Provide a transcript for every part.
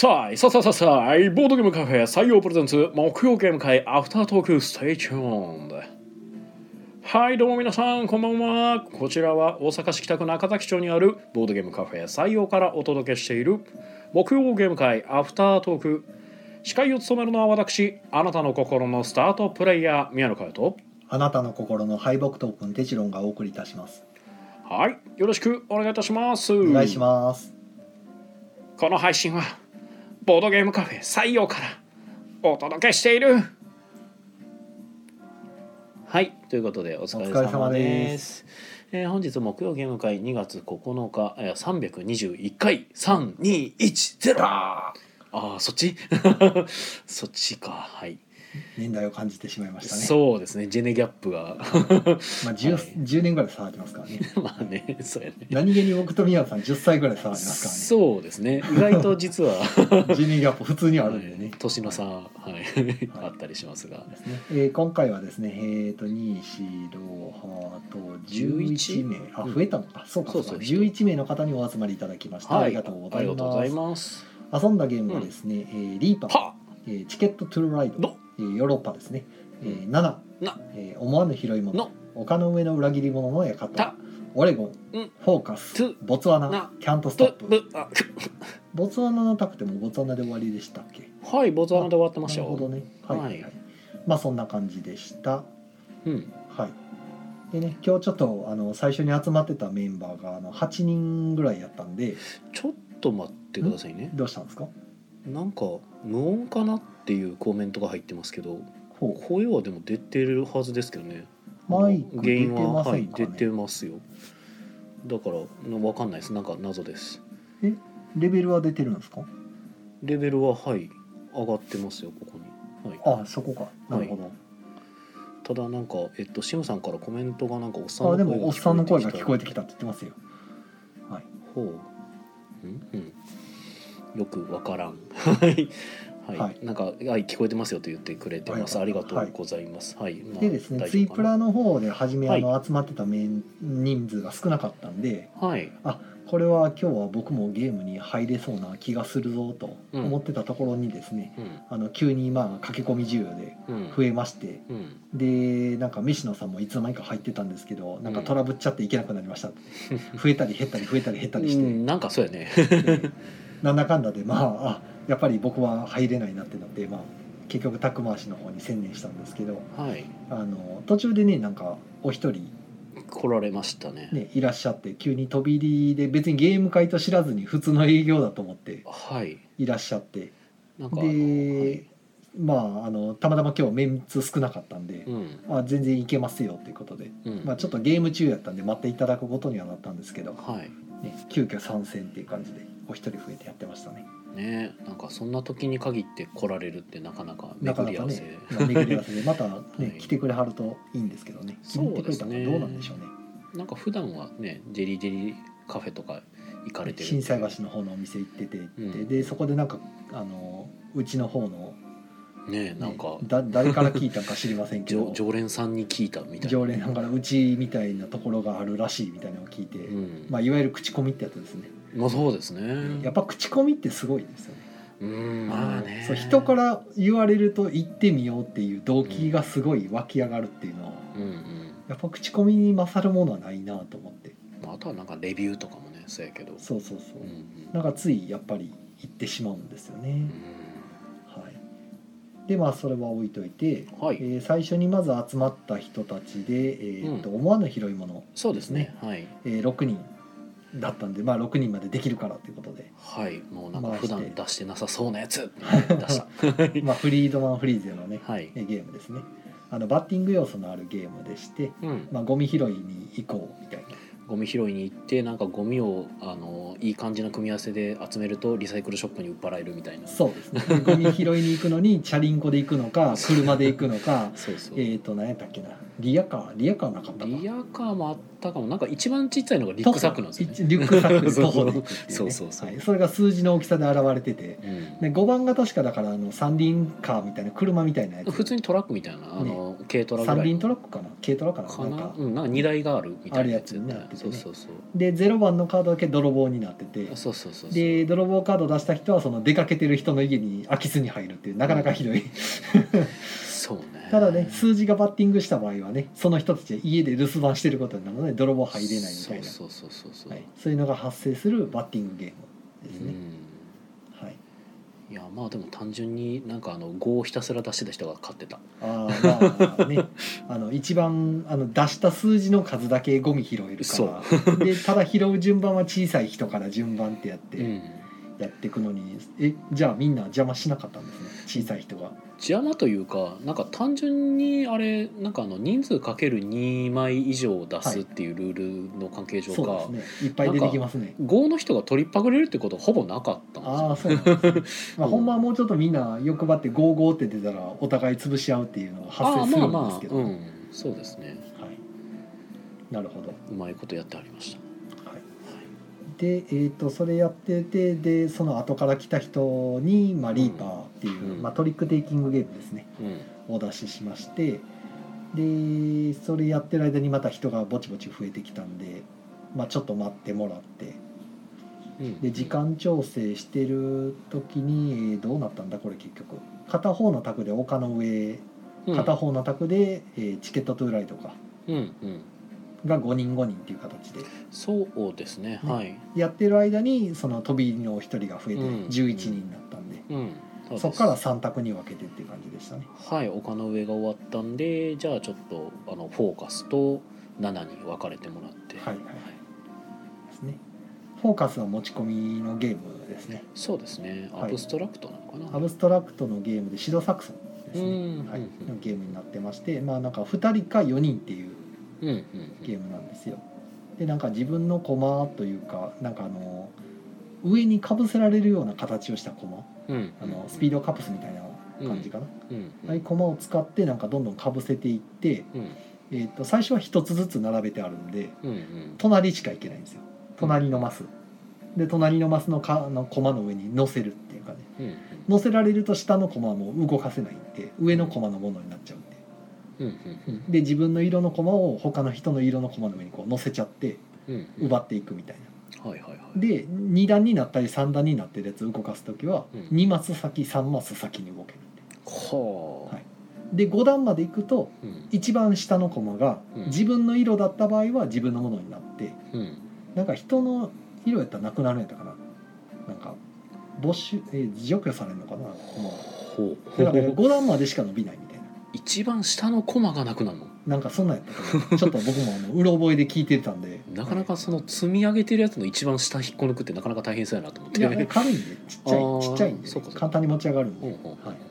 さあ、ボードゲームカフェ採用プレゼンツ木曜ゲーム会アフタートークステイチューンド。はい、どうも皆さんこんばんは。こちらは大阪市北区中崎町にあるボードゲームカフェ採用からお届けしている木曜ゲーム会アフタートーク。司会を務めるのは私、あなたの心のスタートプレイヤー宮野佳代と、 あなたの心の敗北トークンテチロンがお送りいたします。 はい、よろしくお願いいたします。 お願いします。 この配信はボードゲームカフェ採用からお届けしている。はい、ということでお疲れ様です。本日木曜ゲーム会2月9日321回3210。そっちそっちか。はい、 年代を感じてしまいましたね。 そうですね、ジェネギャップがまあ 10年ぐらい差ありますからね。 まあね、そうやね。 何気に僕と宮野さん10歳ぐらい差ありますからね。 そうですね、意外と実はジェネギャップ普通にあるんでね、 年の差、あったりしますがですね。今回はですね、2、4、6、8、11名、増えたのか、そう11名の方にお集まりいただきました。ありがとうございます。遊んだゲームはですね、リーパー、チケットトゥルライド、ヨーロッパですね、7、思わぬ拾い物、丘の上の裏切り者の館、オレゴン、フォーカス、ボツワナ、キャントストップ。ボツワナのタクテもボツワナで終わりでしたっけ？ はい、ボツワナで終わってましたよ。 なるほどね。はい。まあそんな感じでした。はい。でね、今日ちょっと最初に集まってたメンバーが8人ぐらいやったんで、 ちょっと待ってくださいね。 どうしたんですか？ なんか無音かなっていうコメントが入ってますけど、声はでも出てるはずですけどね。 マイク出てませんかね？ 出てますよ。だから分かんないです。なんか謎です。 レベルは出てるんですか？ レベルは上がってますよ、ここに。 そこか。なるほど。 ただなんかシムさんからコメントがなんかおっさんの声が聞こえてきたって言ってますよ。はい。 よくわからん。なんか聞こえてますよと言ってくれてます。ありがとうございます。 でですね、ツイプラの方で初め集まってた人数が少なかったんで、これは今日は僕もゲームに入れそうな気がするぞと思ってたところにですね、急に駆け込み需要で増えまして、でなんか飯野さんもいつの間にか入ってたんですけど、なんかトラブっちゃっていけなくなりました。増えたり減ったりして、 なんかそうやね。 なんだかんだでやっぱり僕は入れないなってなって、結局タック回しの方に専念したんですけど、途中でね、なんかお一人来られましたね。 いらっしゃって、急に飛び入りで別にゲーム会と知らずに普通の営業だと思っていらっしゃって、でたまたま今日メンツ少なかったんで、全然いけますよということで、ちょっとゲーム中やったんで待っていただくことにはなったんですけど、急遽参戦っていう感じでお一人増えてやってましたね。 なんかそんな時に限って来られるってなかなか巡り合わせ、 巡り合わせでまたね、来てくれはるといいんですけどね。 そうですね。 どうなんでしょうね。 なんか普段はね、ジェリーカフェとか行かれてる。 心斎橋の方のお店行ってて、でそこでなんかうちの方のなんか誰から聞いたか知りませんけど常連さんに聞いたみたいな。 常連さんからうちみたいなところがあるらしいみたいなのを聞いて、いわゆる口コミってやつですね。 そうですね。 やっぱ口コミってすごいですよね。 そう、人から言われると行ってみようっていう動機がすごい湧き上がるっていうのは、やっぱ口コミに勝るものはないなと思って。 あとはなんかレビューとかもね、そうやけど、 そうなんかついやっぱり行ってしまうんですよね。でそれは置いといて、最初にまず集まった人たちで、思わぬ拾い物、 そうですね、 6人だったんで、6人までできるからということで、 もうなんか普段出してなさそうなやつ出したフリードマン・フリーゼのね、ゲームですね。バッティング要素のあるゲームでして、ゴミ拾いに行こうみたいな。 ゴミ拾いに行って、なんかゴミをいい感じの組み合わせで集めるとリサイクルショップに売っ払えるみたいな。そうですね。 ゴミ拾いに行くのにチャリンコで行くのか車で行くのか何やったっけな、 リアカーなかったか。 リアカーもあったかも。なんか一番ちっちゃいのがリュックサックなんですよね。 リュックサックで徒歩で行くっていうね。 そうそうそう、 はい、それが数字の大きさで現れてて、で5番が確かだから三輪カーみたいな車みたいなやつ。 普通にトラックみたいな軽トラぐらい。 三輪トラックかな、軽トラかな。 なんか荷台があるみたいなやつね。そうそうそう。 で0番のカードだけ泥棒になってて、 そうそうそう。 で泥棒カード出した人はその出かけてる人の家に空き巣に入るっていうなかなかひどい。 そうね。 ただね、数字がバッティングした場合はね、その人たちは家で留守番してることになるので泥棒入れないみたいな、そういうのが発生するバッティングゲームですね。はい。 いやまあでも単純になんか5をひたすら出してた人が勝ってた。 まあね、一番出した数字の数だけゴミ拾えるからで、ただ拾う順番は小さい人から順番ってやって、やっていくのにじゃあみんな邪魔しなかったんですね、小さい人が。 邪魔というか、なんか単純にあれなんか人数かける2枚以上出すっていうルールの関係上か、 そうですね、いっぱい出てきますね。 5の人が取りっぱぐれるってことはほぼなかったんですよ。 ああそうなんですね。ほんまはもうちょっとみんな欲張って55って出たらお互い潰し合うっていうのが発生するんですけど、 そうですね。 はい。なるほど。 うまいことやってありました。 でそれやってて、でその後から来た人に、リーパーっていう、トリックテイキングゲームですね、お出ししまして、でそれやってる間にまた人がぼちぼち増えてきたんで、ちょっと待ってもらって、で時間調整してる時に、どうなったんだこれ結局。片方の卓で丘の上、片方の卓で、チケットトゥーライトか。が5人5人っていう形で、 そうですね、はい、 やってる間にその飛びの1人が増えて11人になったんで、そこから3択に分けてっていう感じでしたね。 はい、丘の上が終わったんで、じゃあちょっとフォーカスと7に分かれてもらって、 はいはいですね。フォーカスは持ち込みのゲームですね。 そうですね、アブストラクトなのかな、 アブストラクトのゲームでシドサクソンですね、のゲームになってまして、なんか2人か4人っていうゲームなんですよ。でなんか自分のコマというか、なんか上にかぶせられるような形をしたコマ、スピードカプスみたいな感じかな、ああいうコマを使ってなんかどんどんかぶせていって、最初は1つずつ並べてあるんで、隣しか行けないんですよ。隣のマスで、隣のマスのコマの上に乗せるっていうかね、乗せられると下のコマはもう動かせないんで、上のコマのものになっちゃうんで、で自分の色のコマを他の人の色のコマの上にこう乗せちゃって奪っていくみたいな、で2段になったり3段になってるやつを動かす時は2マス先3マス先に動けるって、で5段までいくと一番下のコマが自分の色だった場合は自分のものになって、なんか人の色やったらなくなるんやったかな、なんか没収除去されるのかな、だから5段までしか伸びないみたいな。 一番下のコマがなくなるの、 なんかそんなんやったかなちょっと僕もうろ覚えで聞いてたんでなかなかその積み上げてるやつの一番下引っこ抜くってなかなか大変そうやなと思って。 いや軽いんでちっちゃいんで、簡単に持ち上がるんで、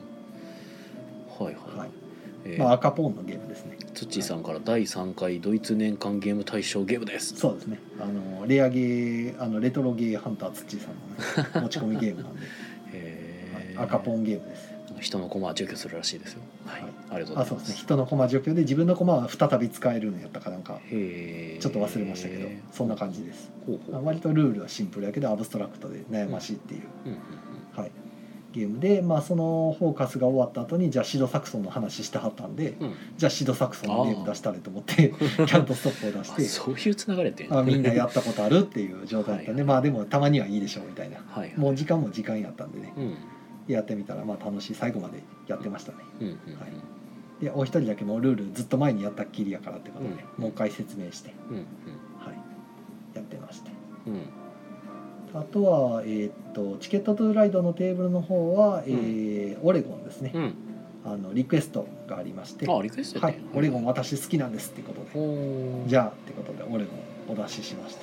赤ポーンのゲームですね。 ツッチーさんから第3回ドイツ年間ゲーム大賞ゲームです。 そうですね、レアゲーレトロゲーハンターツッチーさんの、持ち込みゲームなんで赤ポーンゲームです。 人のコマは除去するらしいですよ。はい、ありがとうございます。 そうですね、人のコマ除去で自分のコマは再び使えるのやったかなんかちょっと忘れましたけど、そんな感じです。割とルールはシンプルやけどアブストラクトで悩ましいっていう、ゲームで、そのフォーカスが終わった後にじゃあシドサクソンの話してはったんで、じゃあシドサクソンのゲーム出したらと思ってキャントストップを出してそういうつながれてみんなやったことあるっていう状態だったんで、でもたまにはいいでしょうみたいな、もう時間も時間やったんでね、やってみたら楽しい、最後までやってましたね。でお一人だけもうルールずっと前にやったっきりやからってことで、もう一回説明して、やってまして、あとは、チケットトゥーライドのテーブルの方は、オレゴンですね、リクエストがありまして、 リクエスト、 オレゴン私好きなんですってことで、じゃあってことでオレゴンお出ししまして、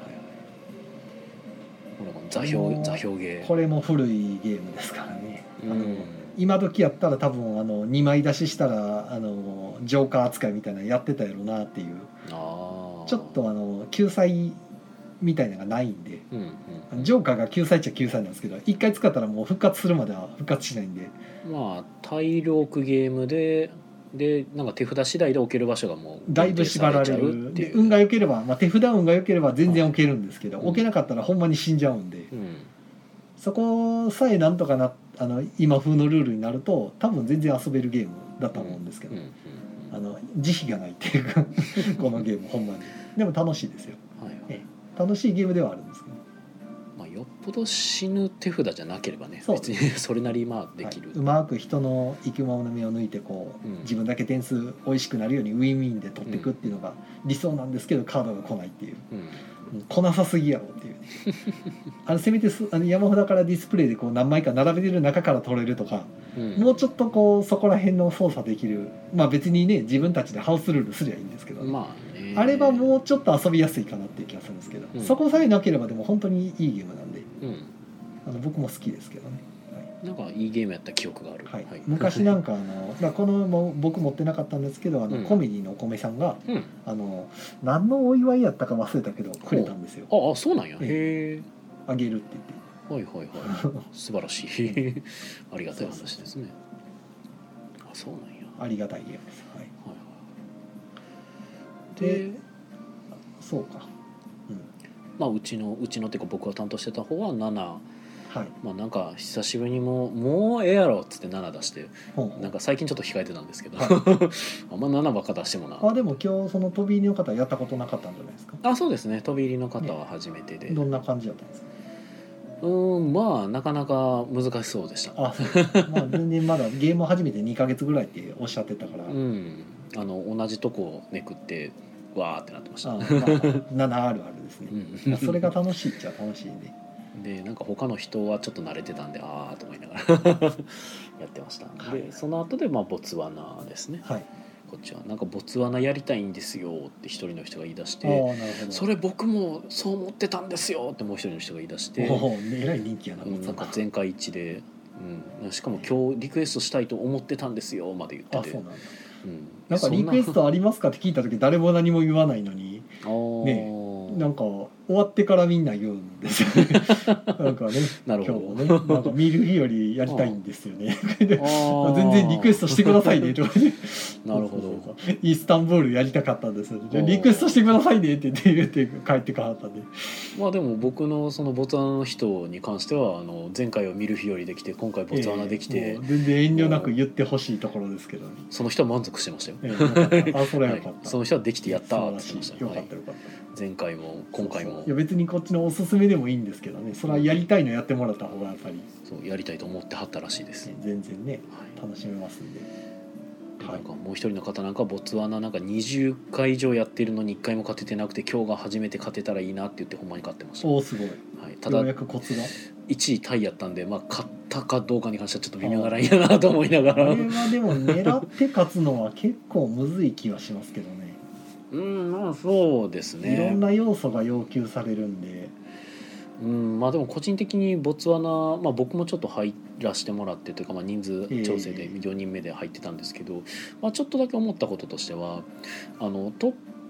座標ゲー、 これも古いゲームですからね、今時やったら多分2枚出ししたらジョーカー扱いみたいなのやってたやろうなっていう、ちょっと救済みたいなのがないんで、ジョーカーが救済っちゃ救済なんですけど、1回使ったらもう復活するまでは復活しないんで、 体力ゲームででなんか手札次第で置ける場所がもうだいぶ縛られるで運が良ければ、手札運が良ければ全然置けるんですけど、置けなかったらほんまに死んじゃうんで、そこさえなんとか今風のルールになると多分全然遊べるゲームだと思うんですけど、慈悲がないっていうかこのゲームほんまにでも楽しいですよ、楽しいゲームではあるんですけど、 よっぽど死ぬ手札じゃなければね別にそれなりできる、 うまく人の生き物の目を抜いて自分だけ点数美味しくなるようにウィンウィンで取っていくっていうのが理想なんですけど、カードが来ないっていう、来なさすぎやろっていう、せめて山札からディスプレイで何枚か並べてる中から取れるとか、もうちょっとそこら辺の操作できる、別にね自分たちでハウスルールすりゃいいんですけど、あればもうちょっと遊びやすいかなっていう気がするんですけど、そこさえなければでも本当にいいゲームなんで、僕も好きですけどね、 なんかいいゲームやった記憶がある、 昔なんかこの僕持ってなかったんですけどコメディのお米さんが、何のお祝いやったか忘れたけどくれたんですよ。 あ、そうなんや。へえ。 あげるって言って。はい素晴らしいありがたい話ですね。あ、そうなんや。 ありがたいゲームです。でそうか、 うちのっていうか僕が担当してた方は7、なんか久しぶりにもうええやろっつって7出して、なんか最近ちょっと控えてたんですけど、あんま7ばっか出してもな。 でも今日その飛び入りの方やったことなかったんじゃないですか。 そうですね、飛び入りの方は初めてで、 どんな感じだったんですか。 なかなか難しそうでした。 全然まだゲームを始めて2ヶ月ぐらいっておっしゃってたから、 同じとこをめくってわーってなってました。 7あるあるですね、それが楽しいっちゃ楽しいね。 でなんか他の人はちょっと慣れてたんでと思いながらやってました。でその後でボツワナですね、こっちはなんかボツワナやりたいんですよって一人の人が言い出して、それ僕もそう思ってたんですよってもう一人の人が言い出して、 えらい人気やな、 なんか全会一致で、しかも今日リクエストしたいと思ってたんですよまで言ってて、 そうなんだ。なんかリクエストありますかって聞いた時誰も何も言わないのになんか終わってからみんな言うんですよねなんかね今日もねなんか見る日よりやりたいんですよね全然リクエストしてくださいねとかなるほどイスタンブールやりたかったんですよ、リクエストしてくださいねって言って帰ってかはったんで、 でも僕のそのボツワナの人に関しては前回は見る日よりできて今回ボツワナできて、 全然遠慮なく言ってほしいところですけど、 その人は満足してましたよ、 それはよかった、 その人はできてやったって言ってましたよかったよかった、 前回も今回も。 いや別にこっちのおすすめでもいいんですけどね、それはやりたいのやってもらった方がやっぱりそうやりたいと思ってはったらしいです。 全然ね、楽しめますんで。 なんかもう一人の方なんかボツワナなんか20回以上やってるのに1回も勝ててなくて今日が初めて勝てたらいいなって言ってほんまに勝ってました。 すごい、 ただようやくコツが 1位タイやったんで、勝ったかどうかに関してはちょっと微妙なラインやなと思いながら、 これはでも狙って勝つのは結構むずい気はしますけどね。 そうですね、 いろんな要素が要求されるんで、 でも個人的にボツワナ、僕もちょっと入らせてもらってというか、人数調整で4人目で入ってたんですけど、ちょっとだけ思ったこととしてはトッ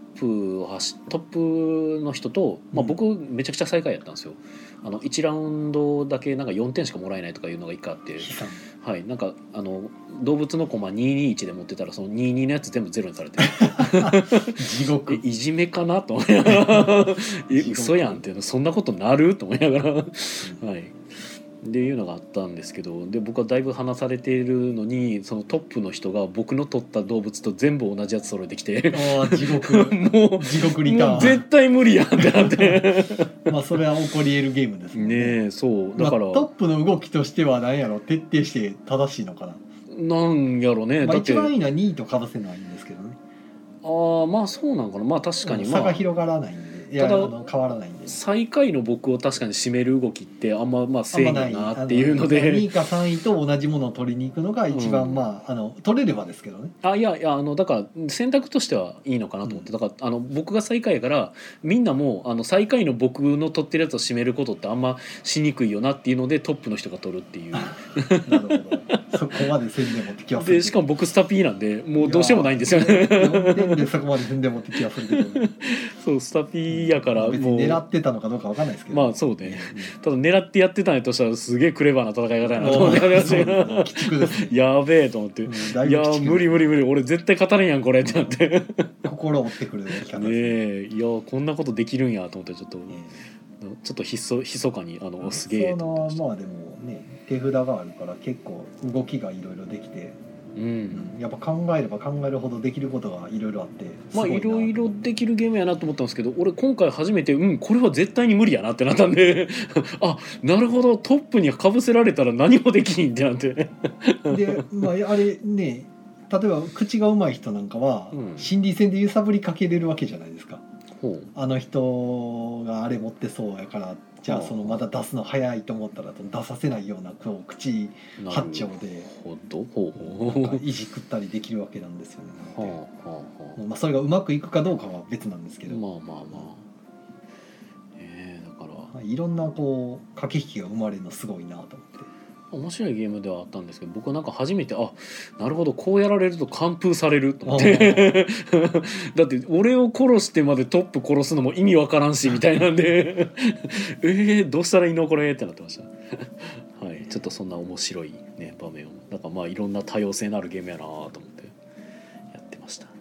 プの人と、僕めちゃくちゃ最下位やったんですよ。1ラウンドだけなんか4点しかもらえないとかいうのが1回あって、なんか動物のコマ221で持ってたらその22のやつ全部ゼロにされて地獄いじめかなと思いながら嘘やんっていうのそんなことなると思いながらっていうのがあったんですけど、で僕はだいぶ話されているのにそのトップの人が僕の取った動物と全部同じやつ揃えてきて地獄もう地獄リターン、 絶対無理やんってなってそれは起こり得るゲームですもんね。 そうだから、 トップの動きとしては何やろ、徹底して正しいのかな。 なんやろね、 だって一番いいのは2位とかぶせるのはいいんですけどね。 そうなんかな、確かに差が広がらないんで、ただ変わらないんで、 最下位の僕を確かに締める動きってあんませえへんなっていうので、 2位か3位と同じものを取りに行くのが一番、取れればですけどね。 いやだから選択としてはいいのかなと思って、だから僕が最下位やからみんなも最下位の僕の取ってるやつを締めることってあんましにくいよなっていうのでトップの人が取るっていうなるほどそこまで宣伝持ってきますでしかも僕スタピーなんでもうどうしようもないんですよね。 4点でそこまで宣伝持ってきはするけど、ね、 そうスタピーやからもう別に狙ってたのかどうかわかんないですけど、 まあそうね、ただ狙ってやってたんやとしたらすげえクレバーな戦い方やなと思って鬼畜です、ね、やべえと思って、いや無理俺絶対勝たれんやんこれってなって心折ってくるキャラですね。いやこんなことできるんやと思ってちょっとひそかにすげえと思ってました。 まあでもね手札があるから結構動きがいろいろできて、やっぱ考えれば考えるほどできることがいろいろあってまあいろいろできるゲームやなと思ったんですけど、俺今回初めてこれは絶対に無理やなってなったんであなるほどトップにかぶせられたら何もできんってなってで、 まあ、あれね例えば口が上手い人なんかは、心理戦で揺さぶりかけれるわけじゃないですか。あの人があれ持ってそうやからじゃあそのまだ出すの早いと思ったら出させないようなこう口八丁でなんかいじくったりできるわけなんですよね。まあそれがうまくいくかどうかは別なんですけど、だからいろんなこう駆け引きが生まれるのすごいなと思って。 面白いゲームではあったんですけど、僕はなんか初めてなるほどこうやられると完封されると思ってだって俺を殺してまでトップ殺すのも意味わからんしみたいなんでどうしたらいいのこれってなってましたはい、ちょっとそんな面白い、ね、場面をなんかまあいろんな多様性のあるゲームやなと思ってやってました、はい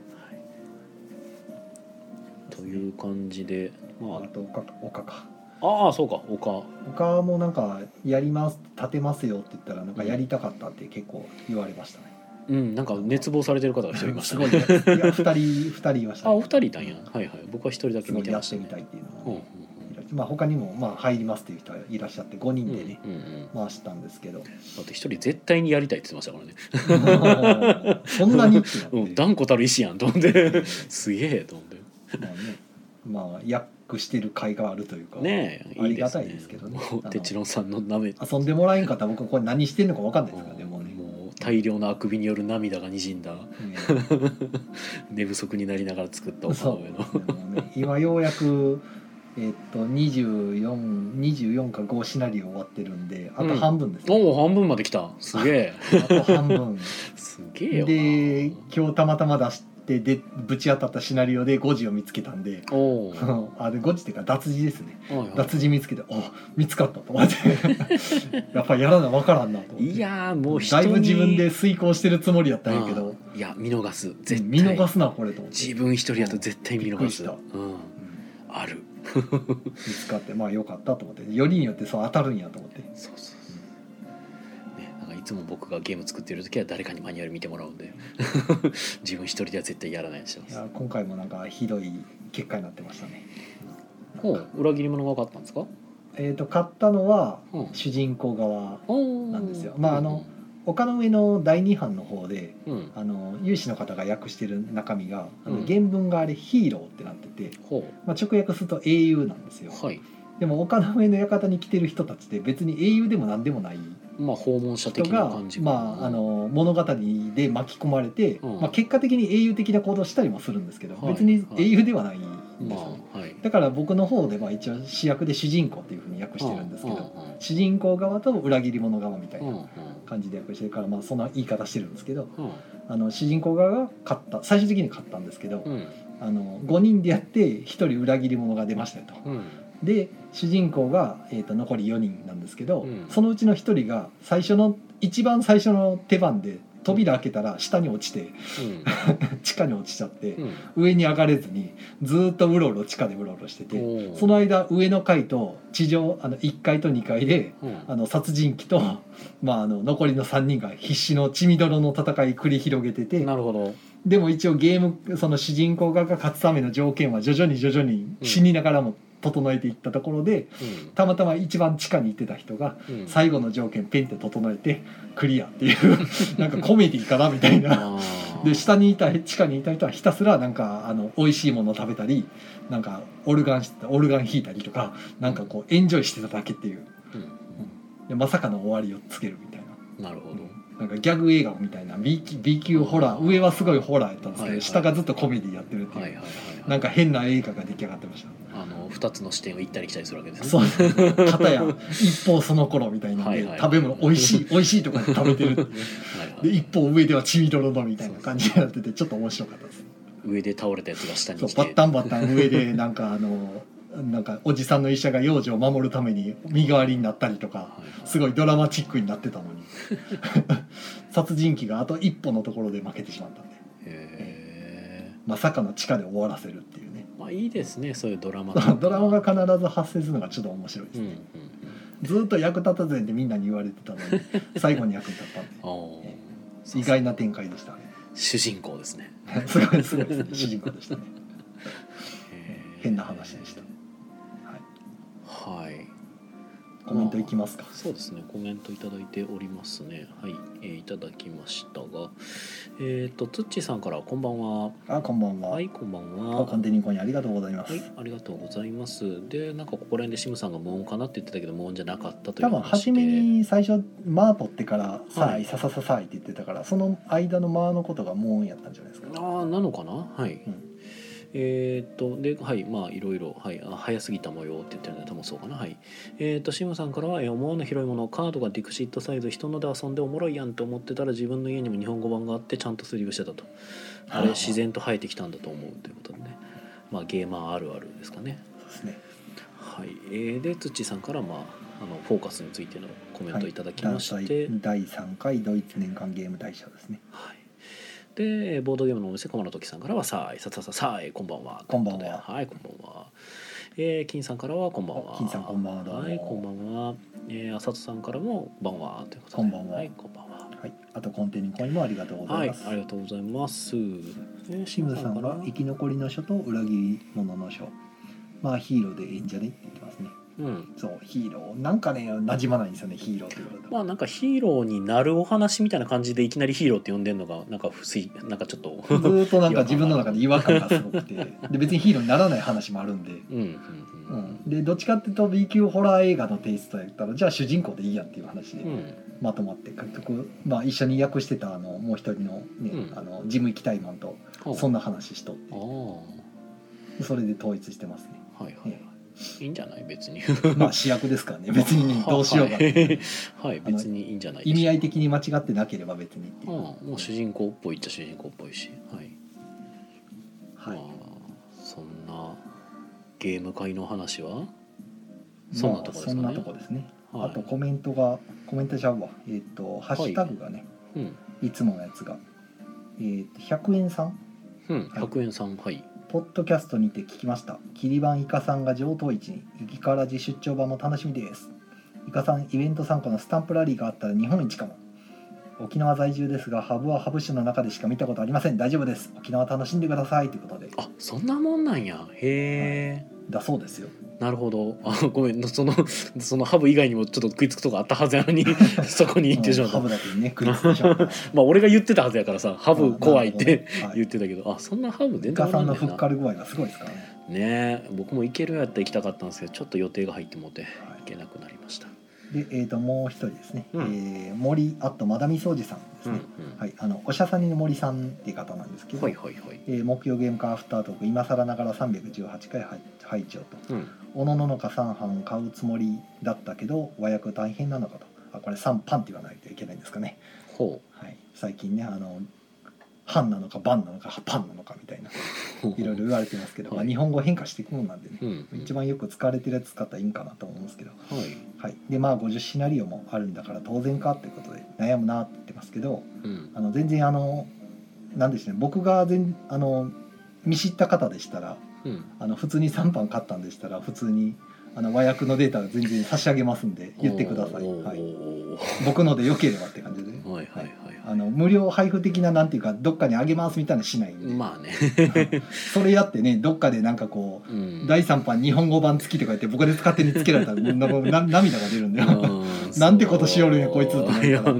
、という感じで、 まあ、あと岡かそうか岡もなんかやります立てますよって言ったらなんかやりたかったって結構言われましたね。 なんか熱望されてる方が一人いましたね。 すごいいや2人いました、ね。 お二人いたんや。はいはい。僕は一人だけ見てました、ね。 やってみたいっていうのは、ねまあ他にもまあ入りますっていう人いらっしゃって5人でね、回したんですけど。だって一人絶対にやりたいって言ってましたからね。 そんなに断固たる意思やんと思ってすげえと思って。 まあ訳してる甲斐があるというかねありがたいですけどね。 テチロンさんの遊んでもらえんかったら僕これ何してんのか分かんないですからね。もう大量のあくびによる涙がにじんだ、寝不足になりながら作ったお顔上の今ようやく24か5シナリオ終わってるんであと半分です、 ね半分まで来たすげえあと半分すげえよで今日たまたま出してでぶち当たったシナリオで5時を見つけたんでで5時っていうか脱字ですね、脱字見つけて見つかったと思ってやっぱりやらな分からんなと思っていやもうだいぶ自分で遂行してるつもりやったんやけどいや見逃す絶対見逃すなこれと思って自分一人やと絶対見逃す、ある見つかってまあよかったと思ってよりによってそう当たるんやと思ってそういつも僕がゲーム作ってる時は誰かにマニュアル見てもらうんで自分一人では絶対やらないようにしてます。 いや今回もなんかひどい結果になってましたね。 裏切り者が勝ったんですか？ 勝ったのは主人公側なんですよ。まあ丘の上の第2版の方で、有志の方が訳してる中身が原文があれヒーローってなってて、まあ、直訳すると英雄なんですよ。でも丘の上の館に来てる人たちって別に英雄でも何でもない訪問者的な感じが、物語で巻き込まれて、結果的に英雄的な行動をしたりもするんですけど、別に英雄ではないんですよ、だから僕の方で一応主役で主人公っていうふうに訳してるんですけど、主人公側と裏切り者側みたいな感じで訳してるから、そんな言い方してるんですけど、主人公側が勝った最終的に勝ったんですけど、5人でやって1人裏切り者が出ましたよと。で主人公が、残り4人なんですけど、そのうちの1人が一番最初の手番で扉開けたら下に落ちて、地下に落ちちゃって、上に上がれずにずっと地下でうろうろしてて、その間上の階と地上1階と2階で、殺人鬼と、残りの3人が必死の血みどろの戦い繰り広げてて。 なるほど。 でも一応その主人公側が勝つための条件は徐々に死にながらも整えていったところで、たまたま一番地下に行ってた人が最後の条件ペンって整えてクリアっていうなんかコメディかなみたいなで地下にいた人はひたすらなんか美味しいもの食べたりなんかオルガン弾いたりとかなんかこうエンジョイしてただけっていう、でまさかの終わりをつけるみたいな。 なるほど。 なんかギャグ映画みたいな B 級ホラー、上はすごいホラーやったんですけど、下がずっとコメディやってるっていう、なんか変な映画が出来上がってました。 2つの視点を行ったり来たりするわけですね。 そうですね。片や一方その頃みたいなで、食べ物美味しい美味しいとかで食べてるっていうで一方上では血みどろのみたいな感じになっててちょっと面白かったです。 上で倒れたやつが下に来てバッタンバッタン上でなんかおじさんの医者が幼女を守るために身代わりになったりとか、すごいドラマチックになってたのに殺人鬼があと一歩のところで負けてしまったんで、まさかの地下で終わらせるっていうね。 まあいいですね、そういうドラマドラマが必ず発生するのがちょっと面白いですね、ずっと役立たずってみんなに言われてたのに最後に役に立ったんで意外な展開でしたね。 主人公ですねすごいですね、主人公でしたね変な話でした。 はい、 コメントいきますか。 そうですね、コメントいただいておりますね。はい、いただきましたが、つっちーさんからこんばんは。 こんばんは。 はい、こんばんは。 コンテニコにありがとうございます。 はい、ありがとうございます。で、なんかここら辺でシムさんが無音かなって言ってたけど無音じゃなかったという話で。多分初めに最初マー取ってからさあいささささいって言ってたから、その間のマーのことが無音やったんじゃないですか。 なのかな。はい。で、はい、まあいろいろ、はい、早すぎた模様って言ってるので多分そうかな。はい。シムさんからは、思わぬ広いもの、カードがディクシットサイズ、人ので遊んでおもろいやんと思ってたら自分の家にも日本語版があってちゃんとスリーブしてたと。あれ自然と生えてきたんだと思うということでね。まあゲーマーあるあるですかね。 そうですね。 はい。で、つっちーさんから、まあフォーカスについてのコメントいただきまして、 第3回ドイツ年間ゲーム大賞ですね。 はい。でボードゲームのお店駒の時さんからはさあこんばんは。 こんばんは。 はい、こんばんは。金さんからはこんばんは。 金さんこんばんは。 はい、こんばんは。あさとさんからもこんばんはということで。 こんばんは。 はい、こんばんは。 はい。あとコンテニコインもありがとうございます。 はい、ありがとうございます。 シムさんが生き残りの書と裏切り者の書。まあヒーローでいいんじゃねって言ってますね。そうヒーローなんかね馴染まないんですよね、ヒーローって言われたら。 まあなんかヒーローになるお話みたいな感じでいきなりヒーローって呼んでるのがなんか不思議、なんかちょっとずっとなんか自分の中で違和感がすごくてで別にヒーローにならない話もあるんで、でどっちかっていうと B 級ホラー映画のテイストやったらじゃあ主人公でいいやんっていう話で、まとまって結局、まあ、一緒に訳してたもう一人の、ねジム行きたいマンとそんな話しとってそれで統一してますね。 はいはい、いいんじゃない別にまあ主役ですからね別にねどうしようかってはい別にいいんじゃない意味合い的に間違ってなければ別にっていう、 もう主人公っぽいっちゃ主人公っぽいし、はい、そんなゲーム界の話はそんなとこですかね。 そんなとこですね。あとコメントちゃうわハッシュタグがね、いつものやつが100円さん 100円さん、はい。 ポッドキャストにて聞きました。キリバンイカさんが上等市にイキカラジ出張版も楽しみです。イカさんイベント参加のスタンプラリーがあったら日本一かも。沖縄在住ですがハブはハブ種の中でしか見たことありません。大丈夫です。沖縄楽しんでくださいということで。 あ、そんなもんなんや。へえ、 だそうですよ。 なるほど。ごめん、そのハブ以外にもちょっっと食いつくとこあったはずやのにそこに行ってしまった。 ハブだけにね食いつくでしょまあ俺が言ってたはずやからさ、ハブ怖いって言ってたけど、そんなハブ全然イカさんのふっかる具合がすごいですからね。 ね、僕も行けるやったら行きたかったんですけどちょっと予定が入ってもて行けなくなりました。 でもう一人ですね、森マダミ掃除さんですね、おしゃさにの森さんっていう方なんですけど、木曜ゲームカーアフタートーク今更ながら318回拝聴と、おのののか3班買うつもりだったけど和訳大変なのかと。これ3パンって言わないといけないんですかね。最近ね半なのかバンなのかパンなのかみたいないろいろ言われてますけど、日本語変化していくもんなんでね、一番よく使われてるやつ使ったらいいんかなと思うんですけど、でまあ50シナリオもあるんだから当然かっていうことで悩むなって言ってますけど、全然なんでしょうね、僕が見知った方でしたら、普通に3版買ったんでしたら普通に和訳のデータ全然差し上げますんで言ってください。僕のでよければって感じで、無料配布的ななんていうかどっかにあげますみたいなしないんで、 まあねそれやってねどっかでなんかこう、第3版日本語版付きとか言って僕で勝手につけられたら涙が出るんだよなんてことしよるんやこいつってなるから、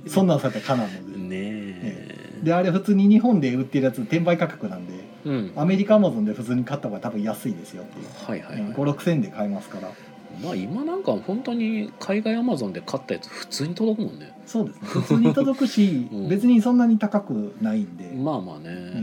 そんなんされたらかなんので、であれ普通に日本で売ってるやつ転売価格なんで、アメリカアマゾンで普通に買った方が多分安いですよっていう、5、6,000円で買えますから。 まあ今なんか本当に海外アマゾンで買ったやつ普通に届くもんね。 そうですね、普通に届くし別にそんなに高くないんでまあまあね、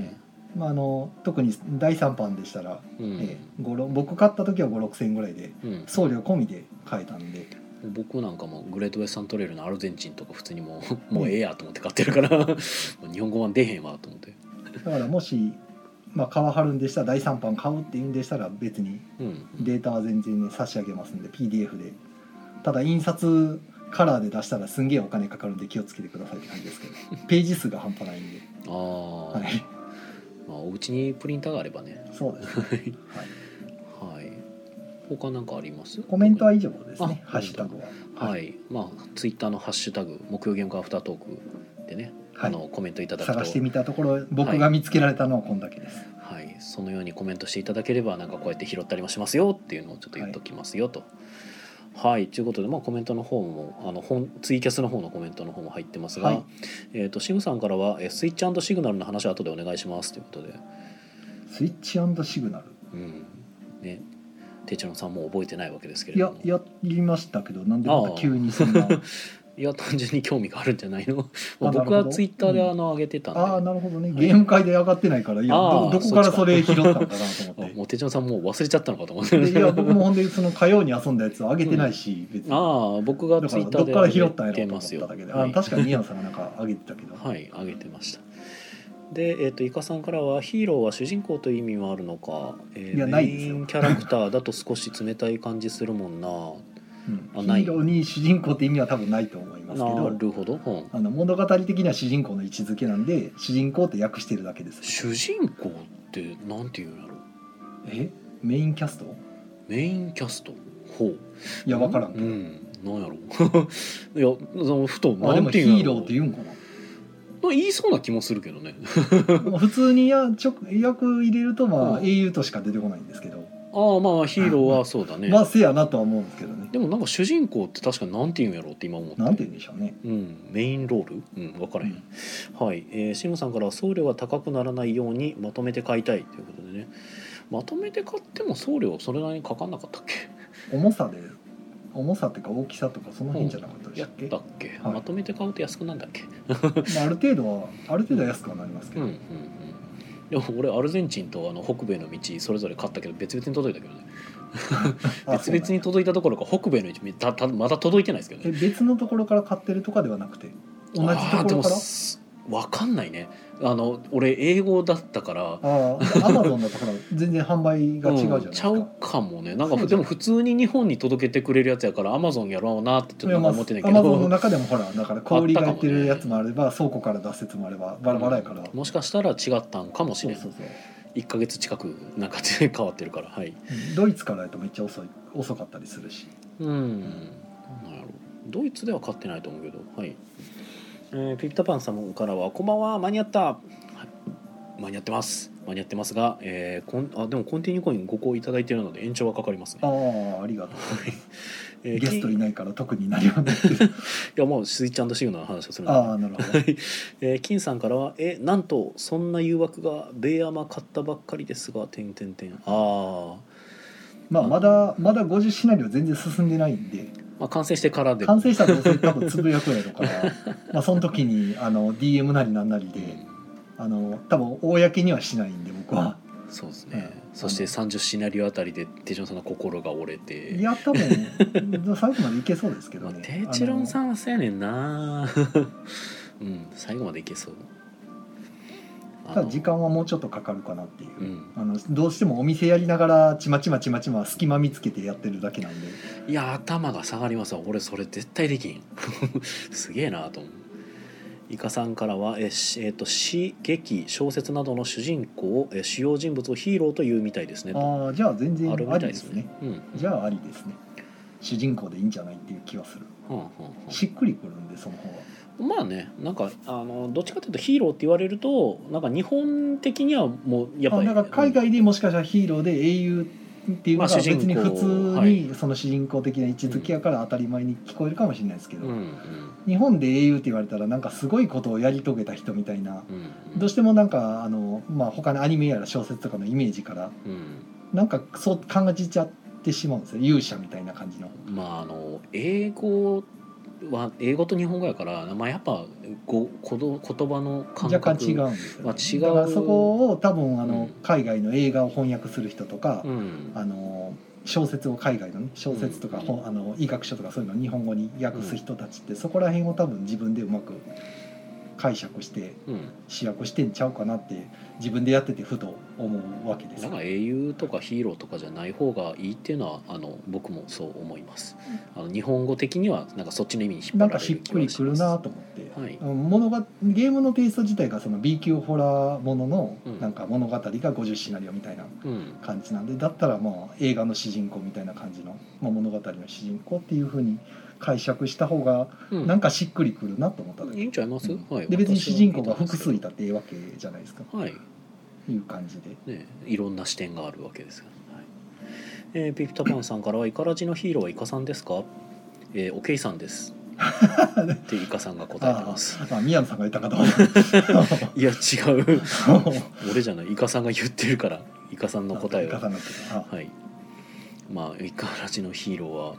特に第3版でしたら、僕買った時は5、6千円ぐらいで、送料込みで買えたんで、 僕なんかもグレートウェスタントレイルのアルゼンチンとか普通にもうええやと思って買ってるから日本語版出へんわと思って。 だからもし買わはるんでしたら第3版買うっていうんでしたら別にデータは全然ね差し上げますんで PDF で。ただ印刷カラーで出したらすんげえお金かかるんで気をつけてくださいって感じですけどページ数が半端ないんで。はい、 お家にプリンターがあればね。 そうですねはい、他なんかあります？ コメントは以上ですね。ハッシュタグははい、ツイッターのハッシュタグ木曜ゲームカアフタートークでね、コメントいただくと探してみたところ僕が見つけられたのはこんだけです。 はい、そのようにコメントしていただければなんかこうやって拾ったりもしますよっていうのをちょっと言っときますよと。はい、ということで、コメントの方もツイキャスの方のコメントの方も入ってますが、シムさんからはスイッチ&シグナルの話は後でお願いしますということで。 スイッチ&シグナル、 ね、テチロンさんも覚えてないわけですけれども。 やりましたけどなんでまた急にそんな。 いや単純に興味があるんじゃないの僕はツイッターで上げてたんで。 なるほどね。ゲーム会で上がってないからどこからそれ拾ったのかなと思ってもう手帳さんもう忘れちゃったのかと思っていや僕もほんでその火曜に遊んだやつ上げてないし、別に僕がツイッターでどっから拾ったんやろうと思っただけで、確かに宮野さんがなんか上げてたけどはい上げてました。で、イカさんからはヒーローは主人公という意味はあるのか、 いやないですよ。 メインキャラクターだと少し冷たい感じするもんなヒーローに主人公って意味は多分ないと思いますけど、 なるほど、 物語的には主人公の位置づけなんで主人公って訳してるだけです。 主人公ってなんていうんやろ。 メインキャスト？ メインキャスト？ いや分からんけど、 なんやろいやふとなんていうんやろ。でもヒーローって言うんかな。 言いそうな気もするけどね普通に訳入れると英雄としか出てこないんですけど、 ヒーローはそうだねせやなとは思うんですけどね。 でもなんか主人公って確かになんて言うんやろうって今思って。 なんて言うんでしょうね。 メインロール分からへん。はい、シムさんからは送料が高くならないようにまとめて買いたいということでね。まとめて買っても送料それなりにかかんなかったっけ？ 重さっていうか大きさとかその辺じゃなかったでしたっけ？ やったっけ？まとめて買うと安くなんだっけ？ ある程度は安くはなりますけど。 でも俺アルゼンチンと北米の道それぞれ買ったけど別々に届いたけどね別々に届いたところか北米の道まだ届いてないですけどね。 別のところから買ってるとかではなくて同じところから。 分かんないね。俺英語だったからアマゾンだったから全然販売が違うじゃないですか。 ちゃうかもね。なんかでも普通に日本に届けてくれるやつやからアマゾンやろうなってちょっと思ってないけど、 アマゾンの中でもほらだから小売りがやってるやつもあれば倉庫から出すやつもあればバラバラやから、 もしかしたら違ったんかもしれない。1ヶ月近くなんか変わってるから。はい、 ドイツからやとめっちゃ遅かったりするし。 なんやろドイツでは買ってないと思うけど。はい、ピピタパンさんからはこんばんは間に合った、間に合ってますが、でもコンティニューコイン5個いただいているので延長はかかりますね。 ありがとうゲストいないから特に何もないいやもうスイッチ&シグナルの話をするので。なるほど金さんからはなんとそんな誘惑がベイアマ買ったばっかりですがまだ50シナリオ全然進んでないんで、 完成してからで完成したらどうせ多分つぶやくやろからその時にDM なりなんなりで多分公にはしないんで僕は。 そうですね、そして30シナリオあたりでテチロンさんの心が折れて、 いや多分最後までいけそうですけどね。 テチロンさんはそうやねんな最後までいけそう。 ただ時間はもうちょっとかかるかなっていう、どうしてもお店やりながらちまちま隙間見つけてやってるだけなんで。 いや頭が下がりますわ。俺それ絶対できんすげえなと思う。イカさんからは詩劇小説などの主人公主要人物をヒーローというみたいですね。 じゃあ全然ありですね。じゃあありですね。主人公でいいんじゃないっていう気はする。しっくりくるんでその方は。 なんかどっちかというとヒーローって言われるとなんか日本的にはもうやっぱりなんか海外でもしかしたらヒーローで英雄っていうのが別に普通にその主人公的な位置づけやから当たり前に聞こえるかもしれないですけど、日本で英雄って言われたらなんかすごいことをやり遂げた人みたいな、どうしてもなんか他のアニメやら小説とかのイメージからなんかそう感じちゃってしまうんですよ。勇者みたいな感じの。 英語は英語と日本語やから、まあ、やっぱ言葉の感覚若干違うんですよ、ね、 違う。 だからそこを多分海外の映画を翻訳する人とか、小説を海外の、ね、小説とか、医学書とかそういうのを日本語に訳す人たちって、そこら辺を多分自分でうまく解釈して主役してんちゃうかなって自分でやっててふと思うわけです。 なんか英雄とかヒーローとかじゃない方がいいっていうのは僕もそう思います。日本語的にはなんかそっちの意味に引っ張られる気がします。 なんかしっくりくるなと思って、はい、ゲームのテイスト自体がその B 級ホラーもののなんか物語が50シナリオみたいな感じなんで、だったらまあ映画の主人公みたいな感じの、物語の主人公っていう風に解釈した方がなんかしっくりくるなと思っただけ、 いいんちゃいます、はい、 で別に主人公が複数いたっていいわけじゃないですか、 はい、 いう感じで、 ね、いろんな視点があるわけですが、はい。ピピタパンさんからはイカラジのヒーローはイカさんですか？おけいさんですってイカさんが答えてます。 宮野さんが言ったかといや違う俺じゃない、イカさんが言ってるからイカさんの答えは、はい、まあイカラジのヒーローは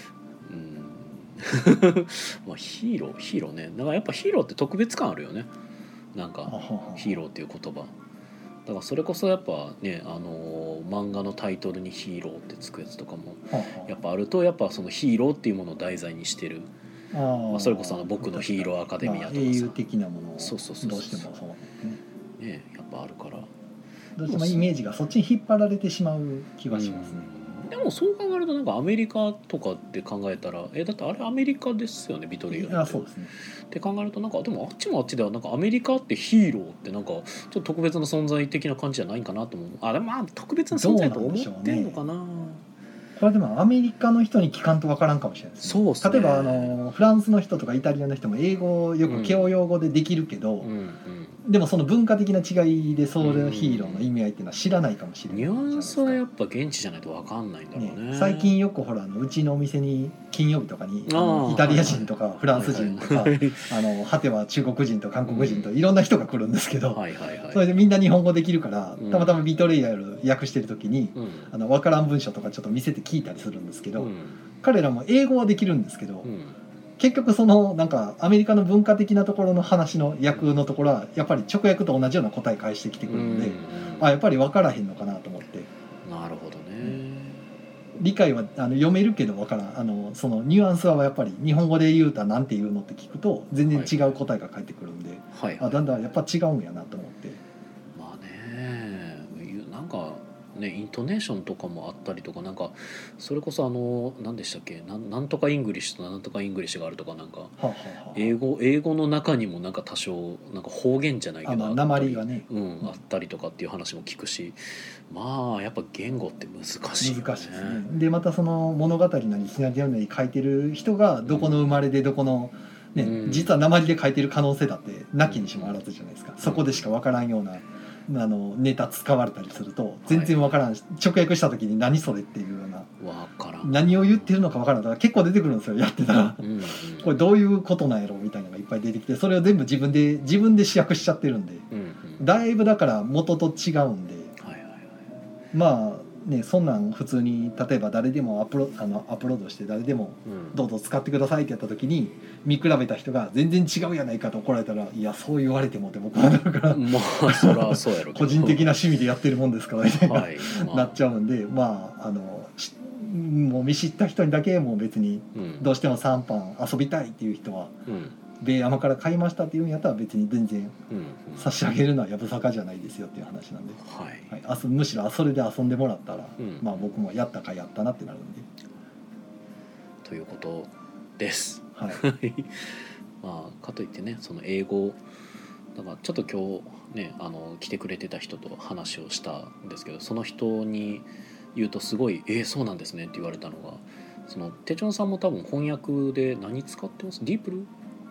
まあヒーローね、だからやっぱヒーローって特別感あるよね。なんかヒーローっていう言葉だからそれこそやっぱね、漫画のタイトルにヒーローってつくやつとかもやっぱあると、やっぱそのヒーローっていうものを題材にしてる、それこそ僕のヒーローアカデミアとかさ、 英雄的なものをどうしてもそうね、やっぱあるからどうしてもイメージがそっちに引っ張られてしまう気がしますね。 でもそう考えるとなんかアメリカとかって考えたらだってあれアメリカですよね、ビトレイユって。 そうですね。 って考えるとなんかでもあっちもあっちではなんかアメリカってヒーローってなんかちょっと特別な存在的な感じじゃないかなと思う。でもまあ特別な存在と思ってるのかな。 これでもアメリカの人に聞かんと分からんかもしれないですね。そうですね。例えばフランスの人とかイタリアの人も英語をよく教養語でできるけど、でもその文化的な違いでそれのヒーローの意味合いっていうのは知らないかもしれない。 ニュアンスはやっぱ現地じゃないと分かんないんだろうね。 最近よくほらうちのお店に金曜日とかにイタリア人とかフランス人とか果ては中国人と韓国人といろんな人が来るんですけど、それでみんな日本語できるからたまたまビトレイヤル訳してる時に分からん文章とかちょっと見せて聞いたりするんですけど、彼らも英語はできるんですけど、結局そのなんかアメリカの文化的なところの話の訳のところはやっぱり直訳と同じような答え返してきてくるので、やっぱり分からへんのかなと思って。 なるほどね。 理解は読めるけど分からん、そのニュアンスはやっぱり日本語で言うたらなんて言うのって聞くと全然違う答えが返ってくるんで、だんだんやっぱ違うんやなと思って。 まあね、なんかね、イントネーションとかもあったりとか、なんかそれこそ何でしたっけ、なんとかイングリッシュとなんとかイングリッシュがあるとか、なんか英語の中にもなんか多少なんか方言じゃないけど訛りがね、 あったりとかっていう話も聞くし、まあやっぱ言語って難しいよね。 難しいですね。でまたその物語なりシナリオなり書いてる人がどこの生まれでどこのね、実は訛りで書いてる可能性だってなきにしもあらずじゃないですか。そこでしか分からんようなネタ使われたりすると全然分からん、直訳した時に何それっていうような、何を言ってるのか分からん。だから結構出てくるんですよ、やってたら、これどういうことなんやろみたいなのがいっぱい出てきて、それを全部自分で試訳しちゃってるんで、だいぶだから元と違うんで、まあね、そんなん普通に例えば誰でもアップロードして誰でもどうぞ使ってくださいってやった時に見比べた人が全然違うやないかと怒られたら、いやそう言われてもって僕はなるから、 まあそりゃそうやろ個人的な趣味でやってるもんですからみたいな、なっちゃうんで、まあもう見知った人にだけもう別にどうしても3版遊びたいっていう人は米山から買いましたっていうんやったら別に全然差し上げるのはやぶさかじゃないですよっていう話なんで、むしろそれで遊んでもらったら、まあ僕もやったかやったなってなるんでということです。 はい。 まあかといってね、その英語だからちょっと今日ね来てくれてた人と話をしたんですけど、その人に言うとすごいそうなんですねって言われたのが、その手帳さんも多分翻訳で何使ってます？ディープル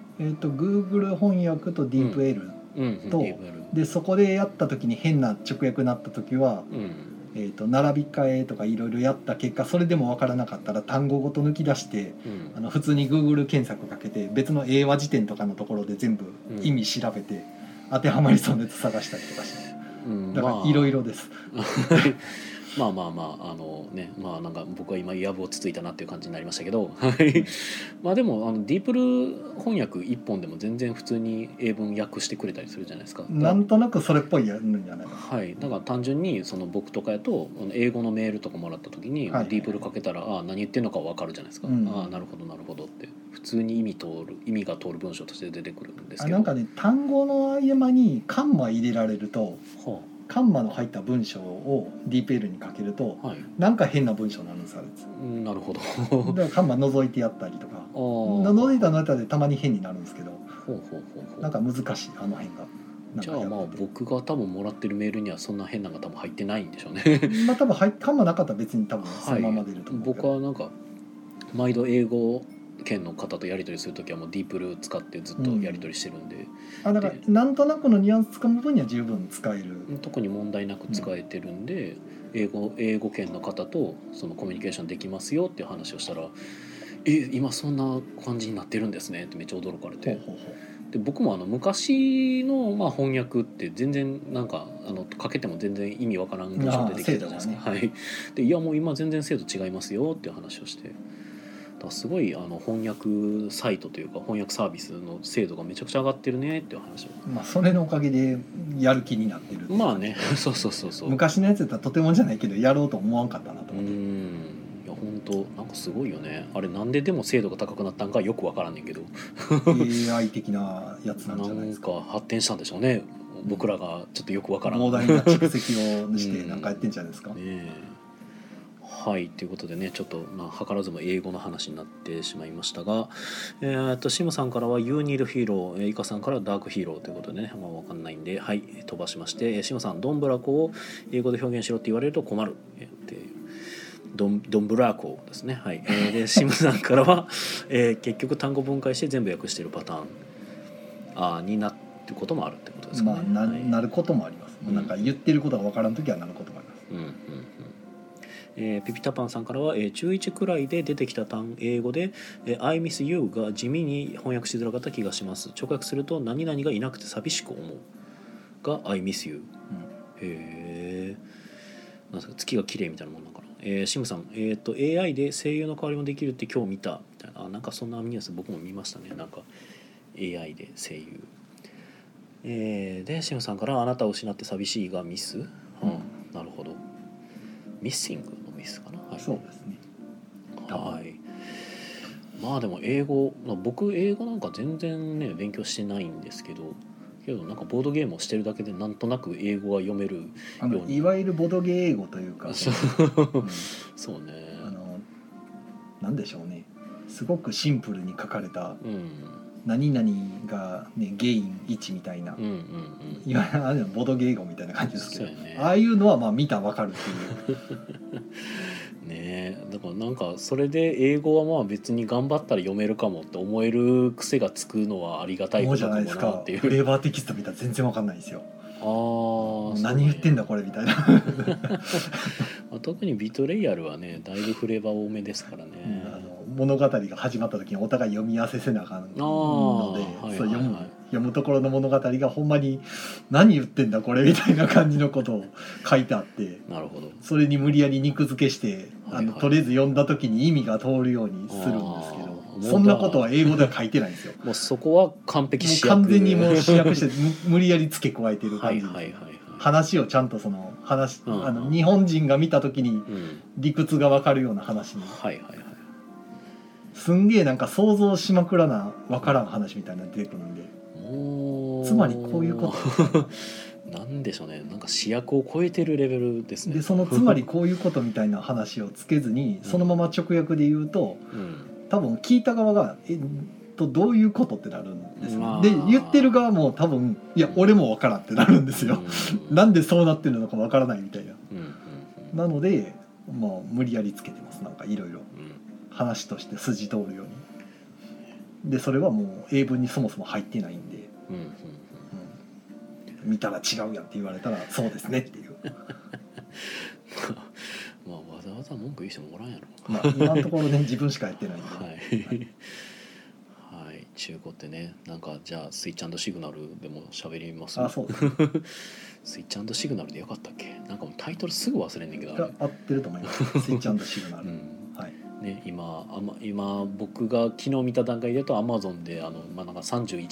Google 翻訳と DeepL と、でそこでやった時に変な直訳になった時は、並び替えとかいろいろやった結果それでも分からなかったら単語ごと抜き出して、普通に Google 検索かけて別の英和辞典とかのところで全部意味調べて、当てはまりそうなやつ探したりとかして、だからいろいろです。 まあまあまあね、まあなんか僕は今やぶをつついたなっていう感じになりましたけど、はい。まあでもディープル翻訳一本でも全然普通に英文訳してくれたりするじゃないですか。 なんとなくそれっぽいやるんじゃないの。 はい。だから単純にその僕とかやと英語のメールとかもらった時に、 はいディープルかけたら何言ってるのか分かるじゃないですか。なるほどなるほどって普通に意味が通る文章として出てくるんですけど。 なんかね、単語の合間にカンマ入れられると、 はカンマの入った文章を DeepL にかけると、 はい。 なんか変な文章になるんですよ。 なるほど。 だからカンマ覗いてやったりとか、覗いたのでたまに変になるんですけど、なんか難しい、あの辺が。 じゃあまあ僕が多分もらってるメールにはそんな変なのが多分入ってないんでしょうね。 まあ多分カンマなかったら別に多分そのまま出ると思うけど、 僕はなんか毎度英語圏の方とやり取りするときはもうディープル使ってずっとやり取りしてるんで、 だからなんとなくのニュアンスつかむ分には十分使える、 特に問題なく使えてるんで、英語圏の方とそのコミュニケーションできますよっていう話をしたら、今そんな感じになってるんですねってめっちゃ驚かれて、で僕も昔の翻訳って全然なんかかけても全然意味わからん文章出てきてたじゃないですか。はい。でいやもう今全然精度違いますよっていう話をして。すごい翻訳サイトというか翻訳サービスの精度がめちゃくちゃ上がってるねっていう話を、 それのおかげでやる気になってる。 まあねそう昔のやつだったらとてもじゃないけどやろうと思わんかったなと思って。 いや本当なんかすごいよね。あれなんででも精度が高くなったんかよくわからんねんけど AI 的なやつなんじゃないですか。 なんか発展したんでしょうね。僕らがちょっとよくわからん膨大な蓄積をしてなんかやってんじゃないですか。 はいということでね、ちょっと図らずも英語の話になってしまいましたが、シムさんからは You Need Hero、イカさんからダークヒーローということでね、分かんないんで、はい、飛ばしまして、シムさんドンブラコを英語で表現しろって言われると困るっていうドンブラコですね。はい。でシムさんからは、結局単語分解して全部訳しているパターンになってることもあるってことですかね。 なることもあります。なんか言ってることが分からんときはなることもあります。 ピピタパンさんからは、中1くらいで出てきた英語で、I miss you が地味に翻訳しづらかった気がします。直訳すると何々がいなくて寂しく思うが I miss you、へえ、なんですか月が綺麗みたいなもんだから、シムさん、AI で声優の代わりもできるって今日見たみたいな、なんかそんなニュース僕も見ましたね。なんか AI で声優、でシムさんからあなたを失って寂しいがミス、なるほど、ミッシングのミスかな、はい、 そうですね。 はい。まあでも英語、僕英語なんか全然ね勉強してないんですけどなんかボードゲームをしてるだけでなんとなく英語が読めるように、 いわゆるボードゲー英語というかそうね、 なんでしょうね、すごくシンプルに書かれた、何々が、ね、ゲイン1みたいな、いわゆるボードゲー語みたいな感じですけど、ああいうのはまあ見たら分かるっていうね。だからなんかそれで英語はまあ別に頑張ったら読めるかもって思える癖がつくのはありがたいことかもなっていう。 フレーバーテキスト見たら全然分かんないんですよ。何言ってんだこれみたいな特にビトレイヤルはねだいぶフレーバー多めですからね、 物語が始まった時にお互い読み合わせせなあかんので、読むところの物語がほんまに何言ってんだこれみたいな感じのことを書いてあって、 なるほど、 それに無理やり肉付けして、とりあえず読んだ時に意味が通るようにするんですけど、そんなことは英語では書いてないんですよ。 もうそこは完璧主役、完全にもう主役して無理やり付け加えてる感じです。話をちゃんとその話、日本人が見た時に理屈が分かるような話に、すんげえなんか想像しまくらな分からん話みたいなの出てくるんで、つまりこういうことなんでしょうね、なんか主役を超えてるレベルですね。 でそのつまりこういうことみたいな話をつけずにそのまま直訳で言うと、多分聞いた側がどういうことってなるんですよ、で言ってる側も多分いや俺も分からんってなるんですよ、なんでそうなってるのか分からないみたいな、なのでもう無理やりつけてます、なんかいろいろ話として筋通るように。でそれはもう英文にそもそも入ってないんで、見たら違うやんって言われたらそうですねっていうまあわざわざ文句言う人もおらんやろ。 今のところね自分しかやってないんで、 中古ってね、なんかじゃあスイッチ&シグナルでも喋ります。 そうですスイッチ&シグナルでよかったっけ、 なんかもうタイトルすぐ忘れんねんけど、 合ってると思いますスイッチ&シグナル、はいね、今僕が昨日見た段階でと Amazon でなんか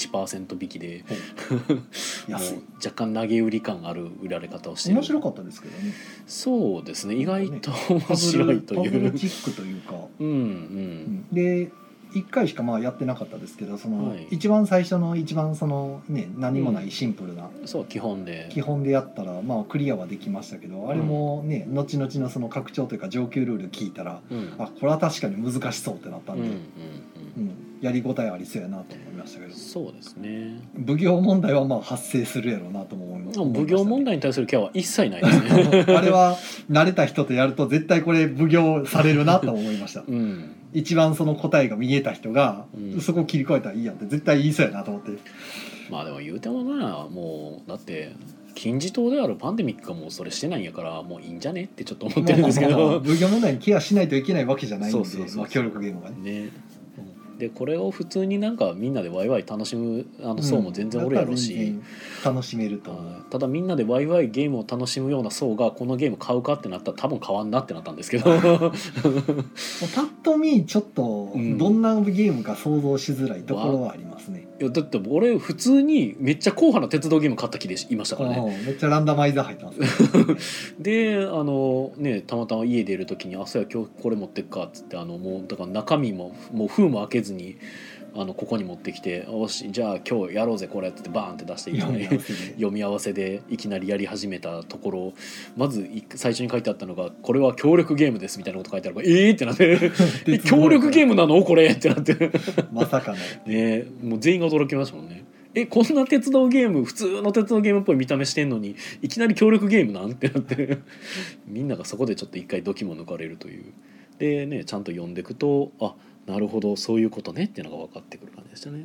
31% 引きでもう若干投げ売り感ある売られ方をしてる。 面白かったですけどね。 そうですね、意外と面白いというパズルチックというか、で1回しかまあやってなかったですけど、その一番最初の一番そのね何もないシンプルな、 そう基本でやったらまあクリアはできましたけど、あれもね後々のその拡張というか上級ルール聞いたら、あこれは確かに難しそうってなったんで、やりごたえありそうやなと思いましたけど。 そうですね。 奉行問題はまあ発生するやろうなとも思いましたね。 奉行問題に対するケアは一切ないですねあれは慣れた人とやると絶対これ奉行されるなと思いました、一番その答えが見えた人が、そこを切り替えたらいいやんって絶対言いそうやなと思って。 まあでも言うてもな、もうだって金字塔であるパンデミックがもうそれしてないんやからもういいんじゃねってちょっと思ってるんですけど、 奉行問題にケアしないといけないわけじゃないんで、協力ゲームがね。 でこれを普通になんかみんなでワイワイ楽しむ層も全然おるやろうし、 楽しめると。 ただみんなでワイワイゲームを楽しむような層がこのゲーム買うかってなったら多分買わんなってなったんですけどパッと見ちょっとどんなゲームか想像しづらいところはありますね。 いやだって俺普通にめっちゃ硬派な鉄道ゲーム買った気でいましたからね。 めっちゃランダマイザー入ってますねでたまたま家出る時に「あそうや今日これ持ってっか」っつってもうだから中身も封も開けずにここに持ってきて「よしじゃあ今日やろうぜこれ」っつってバーンって出して読み合わせでいきなりやり始めたところ、まず最初に書いてあったのが「これは協力ゲームです」みたいなこと書いてあるからってなって協力ゲームなのこれってなってまさかのね、もう全員が驚きましたもんね。こんな鉄道ゲーム普通の鉄道ゲームっぽい見た目してんのにいきなり協力ゲームなんってなってみんながそこでちょっと一回ドキも抜かれるというでね、ちゃんと読んでいくとなるほどそういうことねっていうのが分かってくる感じでしたね。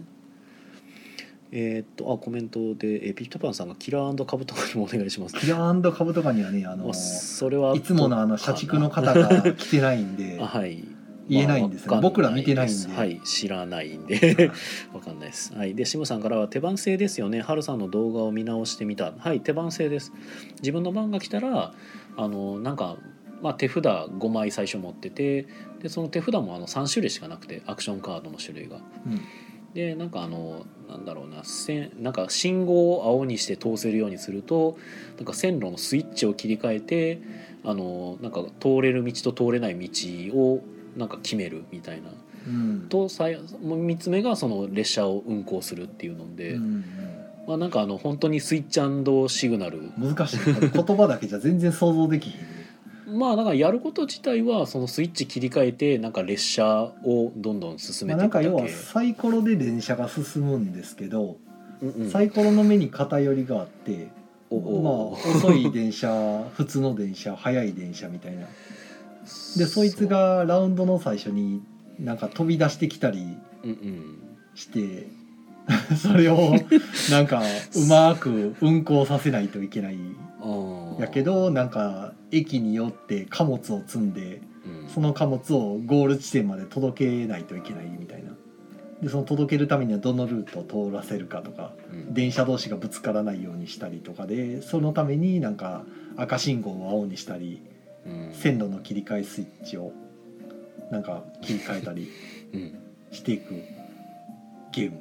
コメントで、ピピタパンさんがキラーカブトガニもお願いします。 キラーカブトガニはねそれはいつもの社畜の方が来てないんではい言えないんですね、僕ら見てないんで、 はい、知らないんでわかんないです。はい、でシムさんからは手番制ですよね。ハルさんの動画を見直してみた。はい、手番制です。自分の番が来たらなんか手札5枚最初持ってて、でその手札も3種類しかなくてアクションカードの種類が。でなんかなんだろうな、なんか信号を青にして通せるようにするとなんか線路のスイッチを切り替えてなんか通れる道と通れない道をなんか決めるみたいな、と3つ目がその列車を運行するっていうので、なんか本当にスイッチ&シグナル難しい言葉だけじゃ全然想像できひんだからやること自体はそのスイッチ切り替えてなんか列車をどんどん進めていくだけ。 なんか要はサイコロで電車が進むんですけど、サイコロの目に偏りがあって遅い電車普通の電車速い電車みたいなで、そいつがラウンドの最初になんか飛び出してきたりしてそれをなんかうまく運行させないといけないやけど、なんか駅によって貨物を積んで、その貨物をゴール地点まで届けないといけないみたいな。でその届けるためにはどのルートを通らせるかとか、電車同士がぶつからないようにしたりとかで、そのためになんか赤信号を青にしたり、線路の切り替えスイッチをなんか切り替えたりしていくゲーム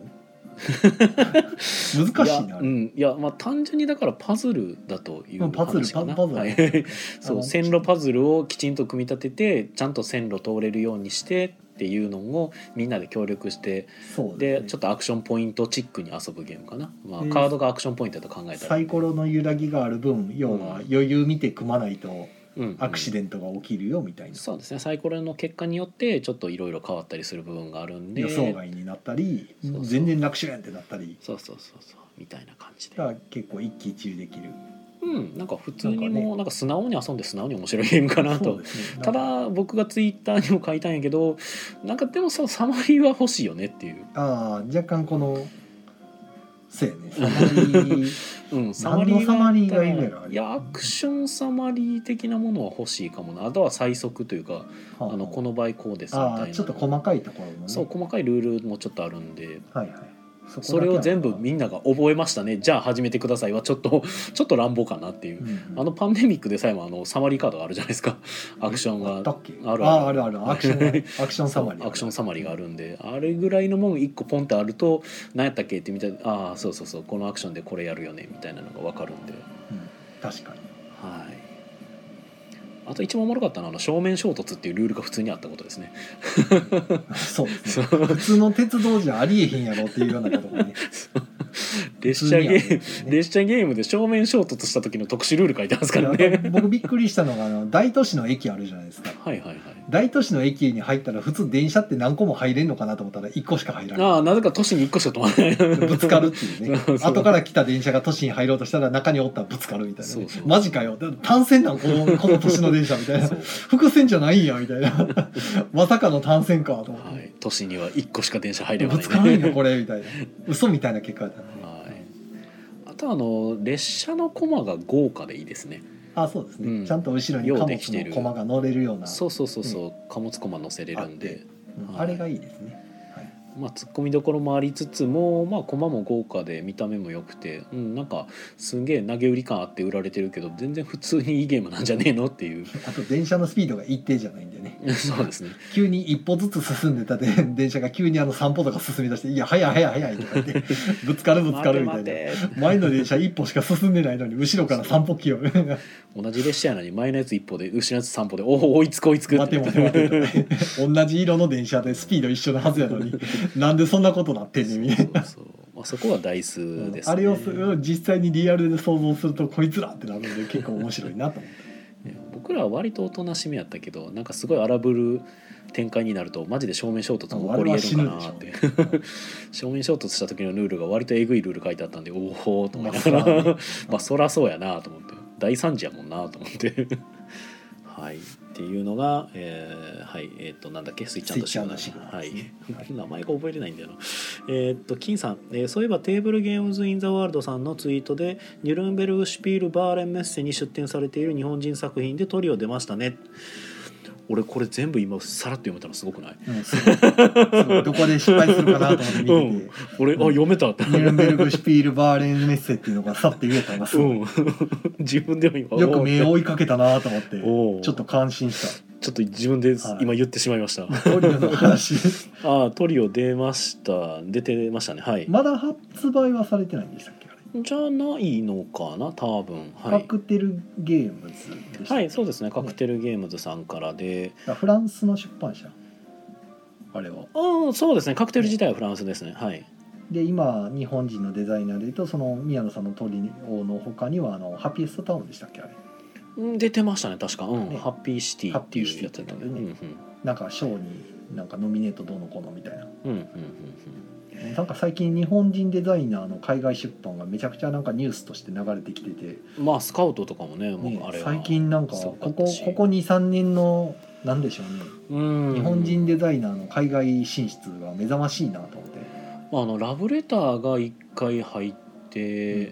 難しいな。 いや単純にだからパズルだという話かな。そう線路パズルをきちんと組み立ててちゃんと線路通れるようにしてっていうのをみんなで協力して、でちょっとアクションポイントチックに遊ぶゲームかな。カードがアクションポイントだと考えたらサイコロの揺らぎがある分、要は余裕見て組まないとアクシデントが起きるよみたいな。 そうですね、サイコロの結果によってちょっといろいろ変わったりする部分があるんで、 予想外になったり全然楽勝やんってなったり、 そうみたいな感じで結構一喜一憂できる。 なんか普通にもうなんか素直に遊んで素直に面白いゲームかなと。ただ僕がツイッターにも書いたんやけど、なんかでもそのサマリーは欲しいよねっていう。 若干このそうやね、サマリーサマリーがいるやろ。 いやアクションサマリー的なものは欲しいかもな。あとは最速というか、この場合こうですみたいな。 ちょっと細かいところもね。 そう細かいルールもちょっとあるんで。 はいはい。 それを全部みんなが覚えましたね、じゃあ始めてくださいはちょっと乱暴かなっていう、パンデミックでさえもサマリーカードがあるじゃないですか。アクションがあるアクションサマリーアクションサマリーがあるんで、あれぐらいのもん1個ポンってあると何やったっけって見たら、ああそうこのアクションでこれやるよねみたいなのが分かるんで、 確かに。 はい。あと一番おもろかったのは正面衝突っていうルールが普通にあったことですね。 そうですね。普通の鉄道じゃありえへんやろっていうようなことがね。 列車ゲームで正面衝突した時の特殊ルール書いてますからね。 僕びっくりしたのが大都市の駅あるじゃないですか。大都市の駅に入ったら普通電車って何個も入れんのかなと思ったら1個しか入らない。 なぜか都市に1個しか止まらない。 ぶつかるっていうね。後から来た電車が都市に入ろうとしたら中におったらぶつかるみたいな、ね。マジかよ。単線なんこの都市の電車みたいな。伏線じゃないんやみたいな。まさかの単線かと思って。 都市には1個しか電車入れない、 ぶつかるんよこれみたいな。嘘みたいな結果だったね。 あと列車のコマが豪華でいいですね。 そうですね、ちゃんと後ろに貨物のコマが乗れるような、 そう、貨物コマ乗せれるんで、 あれがいいですね。 ツッコミどころもありつつも、コマも豪華で見た目も良くて、なんかすげえ投げ売り感あって売られてるけど全然普通にいいゲームなんじゃねえのっていう。 あと電車のスピードが一定じゃないんでね。 そうですね。 急に一歩ずつ進んでた電車が急に3歩とか進み出して、いや早いとか言ってぶつかるみたいな。前の電車一歩しか進んでないのに後ろから3歩来よる。 同じ列車やのに前のやつ一歩で後ろのやつ3歩で追いつく待て同じ色の電車でスピード一緒のはずやのになんでそんなことなってんねんみたいな。 そこはダイスですね。 あれを実際にリアルで想像するとこいつらってなるので結構面白いなと思って僕らは割とおとなしめやったけど、なんかすごい荒ぶる展開になるとマジで正面衝突も起こり得るかなって。正面衝突した時のルールが割とえぐいルール書いてあったんで、おおと思いながらそらそうやなと思って、大惨事やもんなと思ってはいっていうのが、なんだっけ、スイッチ&シグナル、名前が覚えれないんだよな。金さん、そういえばテーブルゲームズ・イン・ザ・ワールドさんのツイートでニュルンベルグ・シュピール・バーレンメッセに出展されている日本人作品でトリオ出ましたね。俺これ全部今さらっと読めたのすごくない？ どこで失敗するかなと思って見てて、 俺読めたって。 ニュルンベルグ・シュピール・バーレンメッセっていうのがさって言えたのがすごい、 自分でも今よく目を追いかけたなと思ってちょっと感心した。 ちょっと自分で今言ってしまいました。 トリオの話トリオ出てましたね。 まだ発売はされてないんでしたっけ？ じゃないのかな多分。 カクテルゲームズでした。 そうですね、カクテルゲームズさんからで、 フランスの出版社あれは。 そうですね、カクテル自体はフランスですね。 で今日本人のデザイナーでいうとその宮野さんのトリオの他にはハピエストタウンでしたっけ？あれ出てましたね確か。ハッピーシティっていうやつだったね。 なんか賞になんかノミネートどうのこうのみたいな。なんか最近日本人デザイナーの海外出版がめちゃくちゃなんかニュースとして流れてきてて、 スカウトとかもね、あれは最近なんかここ 2,3 年のなんでしょうね、日本人デザイナーの海外進出が目覚ましいなと思って。 ラブレターが1回入って、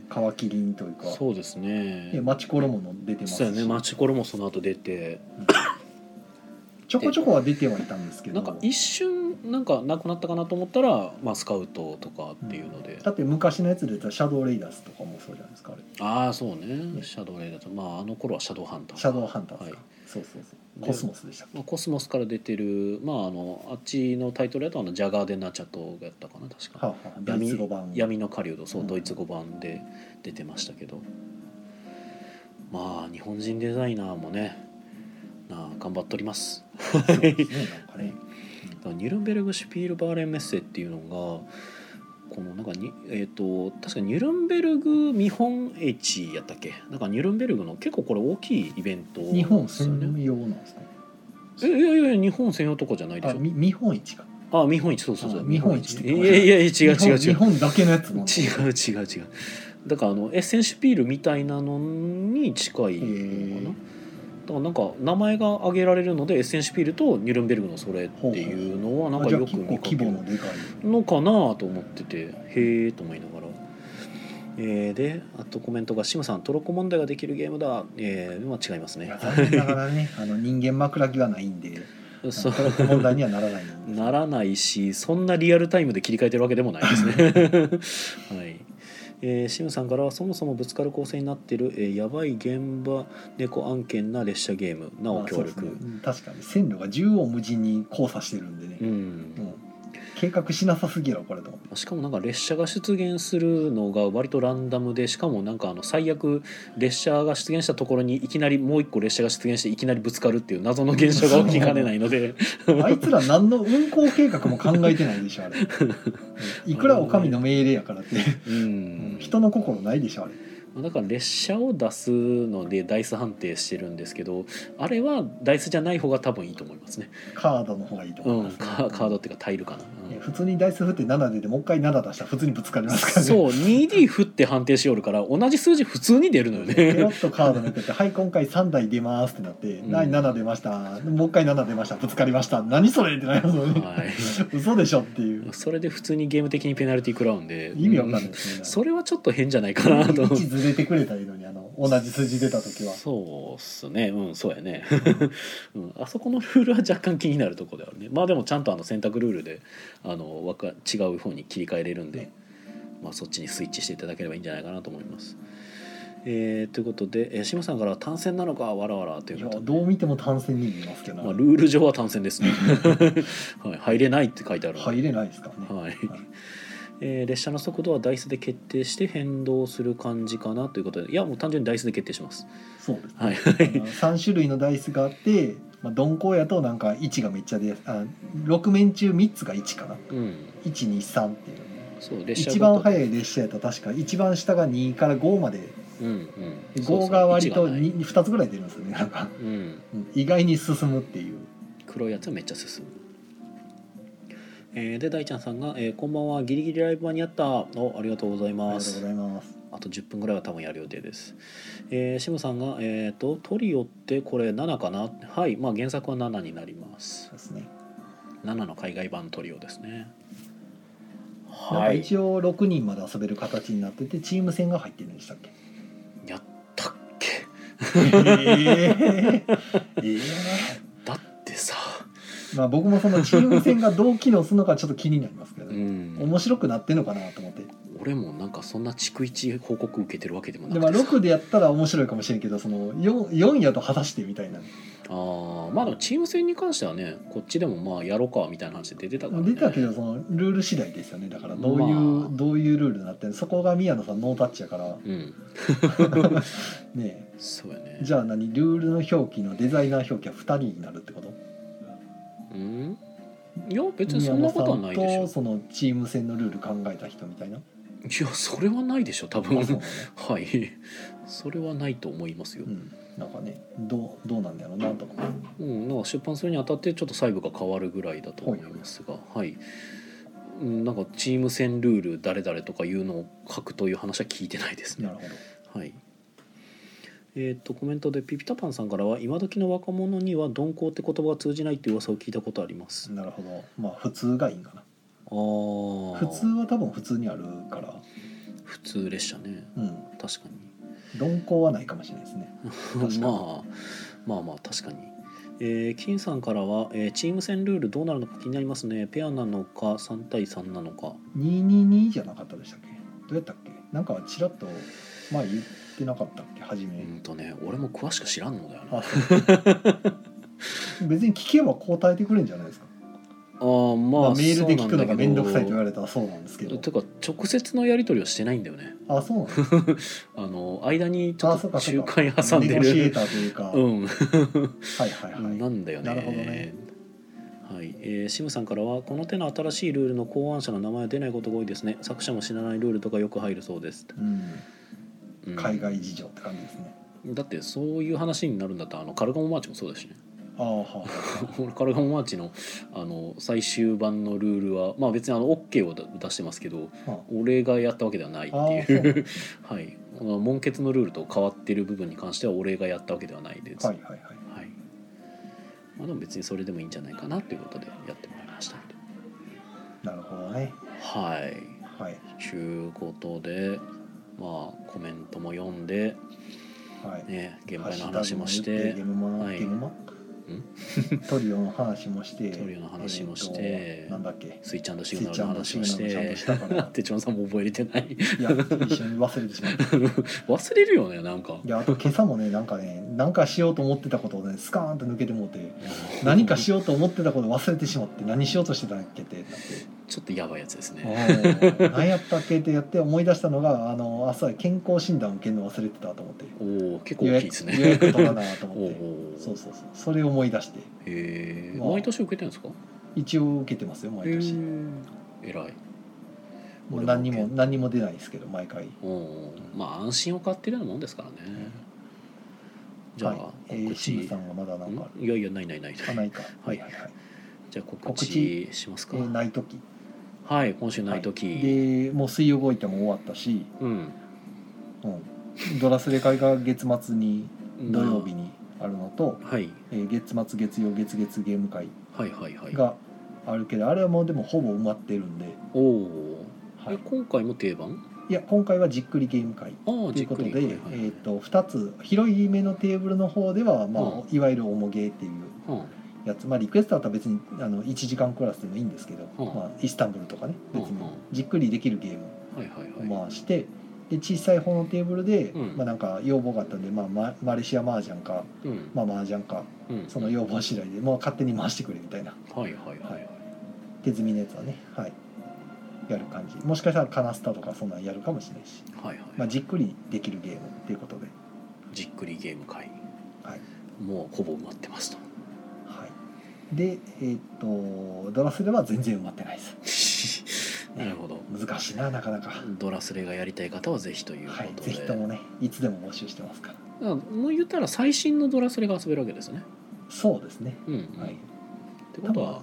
皮切りにというか、 そうですね、 マチコロも出てますし、 そうやね、マチコロもその後出て、 ちょこちょこは出てはいたんですけど、 なんか一瞬なんかなくなったかなと思ったら、スカウトとかっていうので、 だって昔のやつで言ったらシャドウレイダースとかもそうじゃないですか。 そうね、シャドウレイダース、あの頃はシャドウハンターですか。そうコスモスでしたっけ？ コスモスから出てる、あっちのタイトルだとジャガーデナチャトがやったかな確か。 ドイツ語版、 闇の狩人、ドイツ語版で出てましたけど、日本人デザイナーもね頑張っております。ニュルンベルグ・シュピール・バーレンメッセっていうのがこのなんか確かニュルンベルグ見本市やったっけ？なんかニュルンベルグの結構これ大きいイベント、 日本専用なんですか？ いや日本専用とかじゃないでしょ。 見本市か。 見本市、そう見本市。 いや違う日本だけのやつも違う。だからエッセンシュピールみたいなのに近いのかな。だからなんか名前が挙げられるのでエッセンシュピールとニュルンベルグのそれっていうのはなんかよく見かけるのかなと思ってて、へえと思いながら、であとコメントがシムさんトロッコ問題ができるゲームだ、違いますね。 残念ながらね人間枕木はないんでそう問題にはならないならないし、そんなリアルタイムで切り替えてるわけでもないですね。はい。シムさんからはそもそもぶつかる構成になっている、やばい現場猫案件な列車ゲームなお協力、 ね、確かに線路が縦横無尽に交差してるんでね、計画しなさすぎろこれと思って。 しかもなんか列車が出現するのが割とランダムで、しかもなんか最悪列車が出現したところにいきなりもう一個列車が出現していきなりぶつかるっていう謎の現象が起きかねないのであいつら何の運行計画も考えてないでしょあれ。いくらお上の命令やからって人の心ないでしょあれ。 だから列車を出すのでダイス判定してるんですけど、あれはダイスじゃない方が多分いいと思いますね。 カードの方がいいと思います、ね、 カードっていうかタイルかな、 普通にダイス振って7出てもう一回7出したら普通にぶつかりますからね。 そう 2D 振って判定しよるから同じ数字普通に出るのよね。 ペロッとカードめくって「はい今回3台出ます」ってなって「7出ました、もう一回7出ました、ぶつかりました、何それ」ってなりますよね、はい、嘘でしょっていう。 それで普通にゲーム的にペナルティ食らうんで意味わかんないですね、 それはちょっと変じゃないかなと。 位置ずれてくれたらいいのに同じ数字出た時は。 そうっすね、そうやね、あそこのルールは若干気になるところであるね。まあでもちゃんと選択ルールで違う方に切り替えれるんで、そっちにスイッチしていただければいいんじゃないかなと思います。ということで、シムさんから単線なのかわらわらということで、 どう見ても単線に見えますけど、 ルール上は単線ですね、はい、入れないって書いてある。 入れないですからね、 はい列車の速度はダイスで決定して変動する感じかなということで、いやもう単純にダイスで決定します。 そうですね、 はい、 3種類のダイスがあって、鈍行やとなんか1がめっちゃで6面中3つが1かな、123っていう、そう列車一番速い列車やと確か一番下が2から5まで、5が割と 2つぐらい出るんですよね、なんか、意外に進むっていう。 黒いやつはめっちゃ進む。で大ちゃんさんが、こんばんは、ギリギリライブ間に合った。ありがとうございます。あと10分ぐらいは多分やる予定です。シムさんが、トリオってこれ7かな。はい、原作は7になります。 そうですね、 7の海外版トリオですね。 なんか一応6人まで遊べる形になっててチーム戦が入ってるんでしたっけ。 やったっけだってさ、 僕もそのチーム戦がどう機能するのかちょっと気になりますけど、面白くなってんのかなと思って。 俺もなんかそんな逐一報告受けてるわけでもなくて、6でやったら面白いかもしれんけど、その 4やと果たしてみたいな。 でもチーム戦に関してはね、こっちでもやろうかみたいな話で出てたから、ね、 出たけどそのルール次第ですよね。だからどういうルールになってる、そこが宮野さんノータッチやから、ねえ、 そうやね。 じゃあルールの表記のデザイナー表記は2人になるってこと？ いや別にそんなことはないでしょ。 とそのチーム戦のルール考えた人みたいな。 いやそれはないでしょ多分、ね、はいそれはないと思いますよ、 なんかねどうなんだろうなとか、 なんか出版するにあたってちょっと細部が変わるぐらいだと思いますが、なんかチーム戦ルール誰々とかいうのを書くという話は聞いてないですね。 なるほど。 はい。コメントでピピタパンさんからは、今時の若者には鈍行って言葉が通じないって噂を聞いたことあります。 なるほど。普通がいいんかな。普通は多分普通にあるから。 普通列車ね。確かに。 鈍行はないかもしれないですね。 まあ確かに。金さんからは、チーム戦ルールどうなるのか気になりますね。ペアなのか3対3なのか。 222じゃなかったでしたっけ？どうやったっけ？なんかちらっと言ってなかったっけ初め。 俺も詳しく知らんのだよな。 別に聞けば答えてくれるんじゃないですか。メールで聞くのが面倒くさいと言われたらそうなんですけど。 というか直接のやり取りをしてないんだよね。 そうなんですか。 間にちょっと仲介挟んでる。 ネゴシエーターというか。 なんだよね。 なるほどね。 はい、シムさんからはこの手の新しいルールの考案者の名前は出ないことが多いですね。作者も知らないルールとかよく入るそうです。 海外事情って感じですね。 だってそういう話になるんだったらカルガモマーチもそうだしね。カルガモマーチの最終版のルールは別にOK を出してますけど、俺がやったわけではないっていうはい、門欠のルールと変わっている部分に関しては俺がやったわけではないです。でも別にそれでもいいんじゃないかなということでやってもらいました。 なるほどね。 ということでコメントも読んで、現場の話もして、 トリオの話もしてトリオの話もして、 なんだっけスイッチ&シグナルの話もして手帳さんも覚えれてない。 いや一緒に忘れてしまった忘れるよねなんか。 いやあと今朝もねなんかしようと思ってたことをねスカーンと抜けてもうて何かしようと思ってたことを忘れてしまって何しようとしてたっけってなってちょっとやばいやつですね。 何やったっけってやって思い出したのが朝健康診断受けるの忘れてたと思っておお結構大きいですね。 予約取らなと思ってそうそれを思い出して。 へえ、毎年受けてるんですか？ 一応受けてますよ毎年。 偉い。 もう何にも出ないですけど毎回。 まあ安心を買ってるようなもんですからね。じゃあ、 シムさんはまだなんかいやないないないか。はい。 じゃあ告知しますか。 ないとき。 はい、今週ないとき。 でもう水曜動いても終わったし、ドラスレ会が月末に土曜日にあるのと、月末月曜月ゲーム会があるけど、あれはもうでもほぼ埋まってるんで。今回も定番？いや今回はじっくりゲーム会ということで、2つ広い目のテーブルの方では、いわゆるオモゲーっていうやつ、リクエストだったら別に1時間クラスでもいいんですけど、イスタンブルとかね別にじっくりできるゲームを回して、で小さい方のテーブルで、なんか要望があったんで、マレーシア麻雀か、麻雀か、その要望次第でもう勝手に回してくれみたいな、手積みのやつはね、やる感じ。もしかしたらカナスタとかそんなんやるかもしれないし、じっくりできるゲームっていうことでじっくりゲーム会、もうほぼ埋まってますと。 でドラスレは全然埋まってないです。 なるほど。 難しいなかなか。 ドラスレがやりたい方はぜひということで、 ぜひともねいつでも募集してますから。 もう言ったら最新のドラスレが遊べるわけですね。 そうですね。 ってことは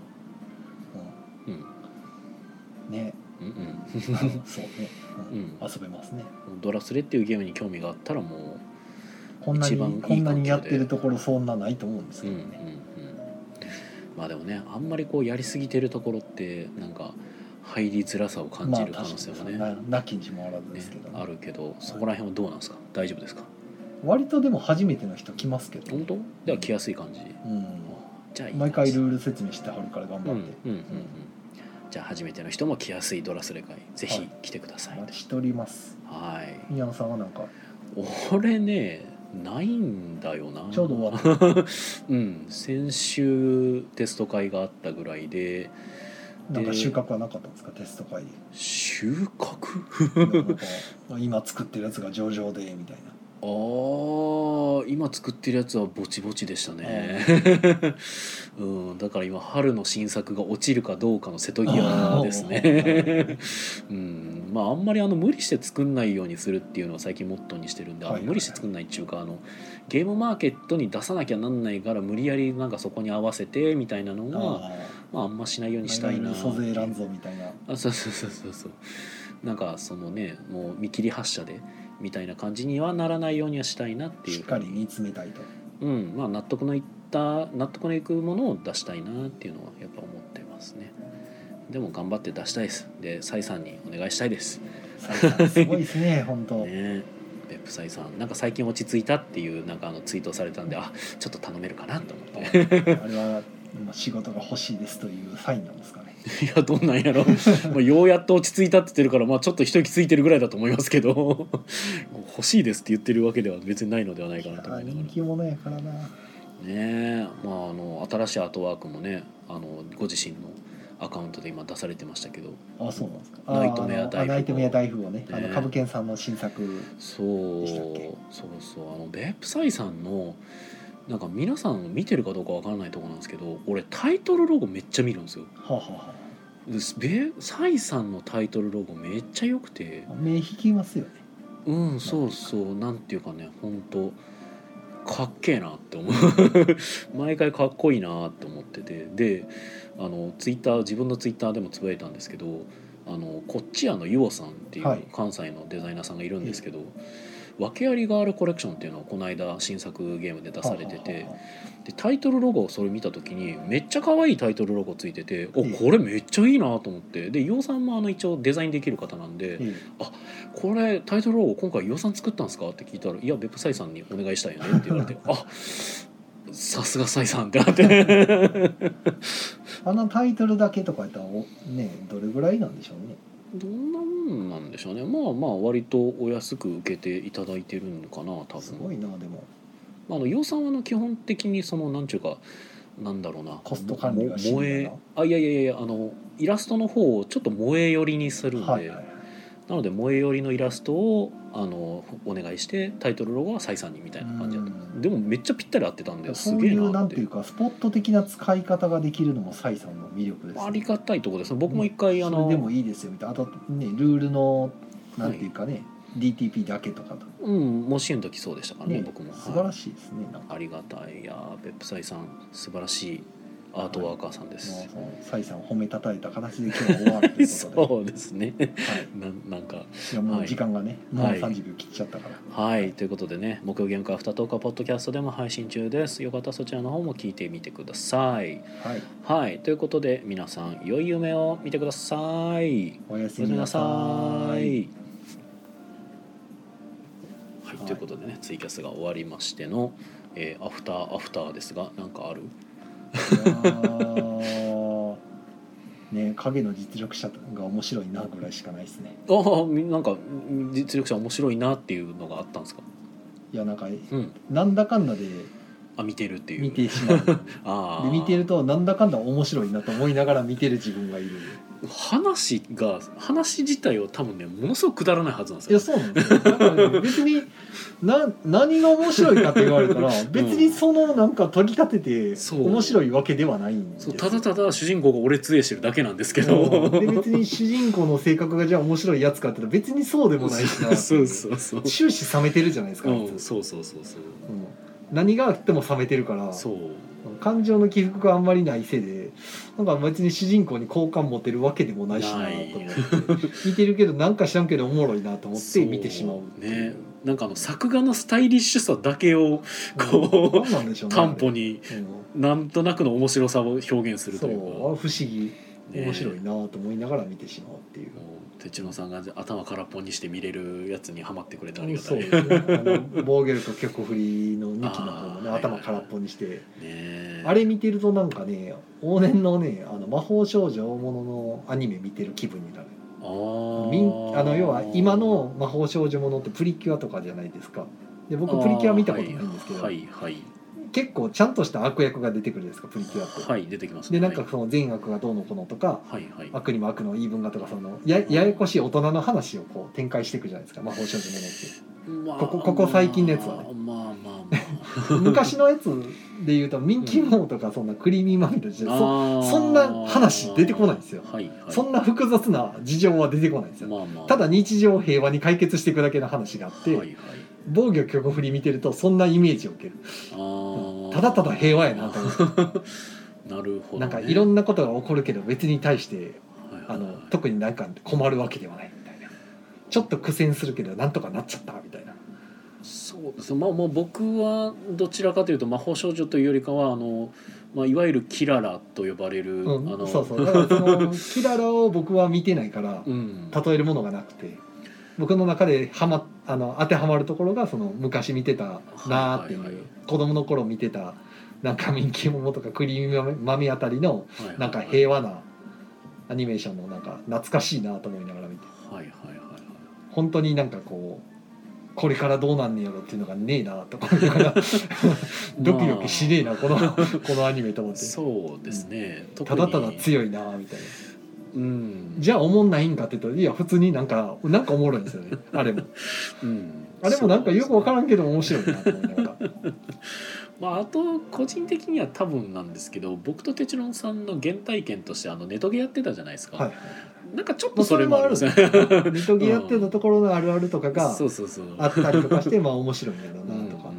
ねそうね、遊べますね。 ドラスレっていうゲームに興味があったらもうこんなにやってるところそんなないと思うんですけどね。 でもねあんまりこうやりすぎてるところってなんか入りづらさを感じる可能性もね、 なきにしもあらずですけど、 あるけど、そこら辺はどうなんですか？大丈夫ですか？ 割とでも初めての人来ますけど。 本当？では来やすい感じ。 じゃあ毎回ルール説明してはるから頑張って。 じゃあ初めての人も来やすいドラスレ会ぜひ来てください。 しております。宮野さんはなんか？ 俺ねないんだよな。 ちょうど終わった。 先週テスト会があったぐらいで。 なんか収穫はなかったんですか？テスト会で。 収穫？ 今作ってるやつが上々でみたいな。 今作ってるやつはぼちぼちでしたね。だから今春の新作が落ちるかどうかの瀬戸際ですね。あんまり無理して作んないようにするっていうのは最近モットーにしてるんで、無理して作んないっていうかゲームマーケットに出さなきゃなんないから無理やりなんかそこに合わせてみたいなのがあんましないようにしたいな。 租税乱造みたいな。 そうなんかそのねもう見切り発車でみたいな感じにはならないようにはしたいなっていう。 しっかり煮詰めたいと。 納得のいくものを出したいなっていうのはやっぱ思ってますね。でも頑張って出したいです。でサイさんにお願いしたいです。 すごいですね本当。 ね別府サイさんなんか最近落ち着いたっていうなんかツイートされたんでちょっと頼めるかなと思って。 あれは仕事が欲しいですというサインなんですかね。 いやどうなんやろようやっと落ち着いたって言ってるからちょっと一息ついてるぐらいだと思いますけど欲しいですって言ってるわけでは別にないのではないかなと思いながら。 人気者やからな。 ね新しいアートワークもねご自身のアカウントで今出されてましたけど。 そうなんですか。 ナイトメア大富豪ね株券さんの新作でしたっけ。 そうベップサイさんのなんか皆さん見てるかどうかわからないところなんですけど俺タイトルロゴめっちゃ見るんですよ。サイさんのタイトルロゴめっちゃ良くて目引きますよね。 そうなんていうかね本当かっけえなって思う毎回かっこいいなって思ってて、で自分のツイッターでもつぶやいたんですけどこっち屋のユオさんっていう関西のデザイナーさんがいるんですけど、訳ありガールコレクションっていうのをこの間新作ゲームで出されてて、でタイトルロゴをそれ見た時にめっちゃ可愛いタイトルロゴついててこれめっちゃいいなと思って、でユオさんも一応デザインできる方なんで、これタイトルロゴ今回ユオさん作ったんですかって聞いたらいやベップサイさんにお願いしたいよねって言われてさすがサイさんってなってあのタイトルだけとかやったらねどれぐらいなんでしょうね。 どんなもんなんでしょうね。まあまあ割とお安く受けていただいてるのかな多分。 すごいなでも。 予算は基本的にそのなんちゅうかなんだろうな、 コスト管理がしんどいな。 いやイラストの方をちょっと萌え寄りにするんで、 はいはいはい、 なので萌え寄りのイラストをお願いしてタイトルロゴはサイさんにみたいな感じだった。でもめっちゃぴったり合ってたんですげえなって。 なんていうかスポット的な使い方ができるのもサイさんの魅力です、ね、 ありがたいところですね。僕も一回それでもいいですよみたいな。あとねルールのなんていうかね、はい、DTP だけとか模試の時そうでしたからね。僕も素晴らしいですね、 なんかありがたい。いや別府サイさん素晴らしいアートワーカーさんです。 サイさんを褒めたたえた形で今日は終わるということでそうですね、はい、なんかいやもう時間がね、はい、もう30秒切っちゃったから、 はい、ということでね木曜ゲーム会アフタートークはポッドキャストでも配信中です。よかったらそちらの方も聞いてみてください。はい、はい、ということで皆さん良い夢を見てください。 おやすみなさい。 はい、ということでねツイキャスが終わりましての、アフターですがなんかあるね、影の実力者が面白いなぐらいしかないですね。 なんか実力者面白いなっていうのがあったんですか。 いやなんか、なんだかんだで見てるっていう見てしまうで見てるとなんだかんだ面白いなと思いながら見てる自分がいる。 話自体は多分ねものすごくくだらないはずなんですよ。 いやそうなんですよ。だから、ね、別に何が面白いかって言われたら別にそのなんか取り立てて面白いわけではないんですよ。 ただただ主人公が俺杖してるだけなんですけど、 で別に主人公の性格がじゃあ面白いやつかって言ったら別にそうでもないしなそう終始冷めてるじゃないですか、 そう、 何があっても冷めてるから感情の起伏があんまりないせいでなんか別に主人公に好感持てるわけでもないしなと思って見てるけどなんか知らんけどおもろいなと思って見てしまうね。なんか作画のスタイリッシュさだけをこう担保になんとなくの面白さを表現するというか、 不思議面白いなと思いながら見てしまうっていう。 哲郎さんが頭空っぽにして見れるやつにハマってくれてありがたい。 そうですね。ボーゲルと曲振りの2期の方もね頭空っぽにして、あれ見てるとなんかね往年のね魔法少女大物のアニメ見てる気分になる。要は今の魔法少女ものってプリキュアとかじゃないですか。で僕プリキュア見たことないんですけど、結構ちゃんとした悪役が出てくるんですかプリキュアって。 はい出てきます。 でなんかその善悪がどうのこうのとか、悪にも悪の言い分がとかそのややこしい大人の話をこう展開していくじゃないですか魔法少女ものって。ここ最近のやつはね。昔のやつでいうとミンキーモーとかそんなクリーミーマミとしてそんな話出てこないんですよ。そんな複雑な事情は出てこないんですよ。ただ日常を平和に解決していくだけの話があって、防御曲振り見てるとそんなイメージを受ける。ただただ平和やなと思って。 なるほど、ね、 なんかいろんなことが起こるけど別に対して特になんか困るわけではないみたいな。ちょっと苦戦するけどなんとかなっちゃったみたいな。 そうです。もう僕はどちらかというと魔法少女というよりかはいわゆるキララと呼ばれる、 そうだからそのキララを僕は見てないから、例えるものがなくて僕の中で当てはまるところがその昔見てたなーっていう、子供の頃見てたなんかミンキーモモとかクリームマミあたりのなんか平和なアニメーションのなんか懐かしいなと思いながら見て、本当になんかこうこれからどうなんねやろっていうのがねえなと思いながらドキドキしねえなこのアニメと思って。 そうですね、 ただただ強いなみたいな。じゃあおもんないんかって言うといや普通になんかおもろいんですよねあれも、あれもなんかよく分からんけど面白いなと思いながらあと個人的には多分なんですけど僕と哲郎さんの原体験としてネトゲやってたじゃないですか、なんかちょっとそれもあるんですね。 ネトゲやってたところのあるあるとかがあったりとかして面白いんだろうなとか。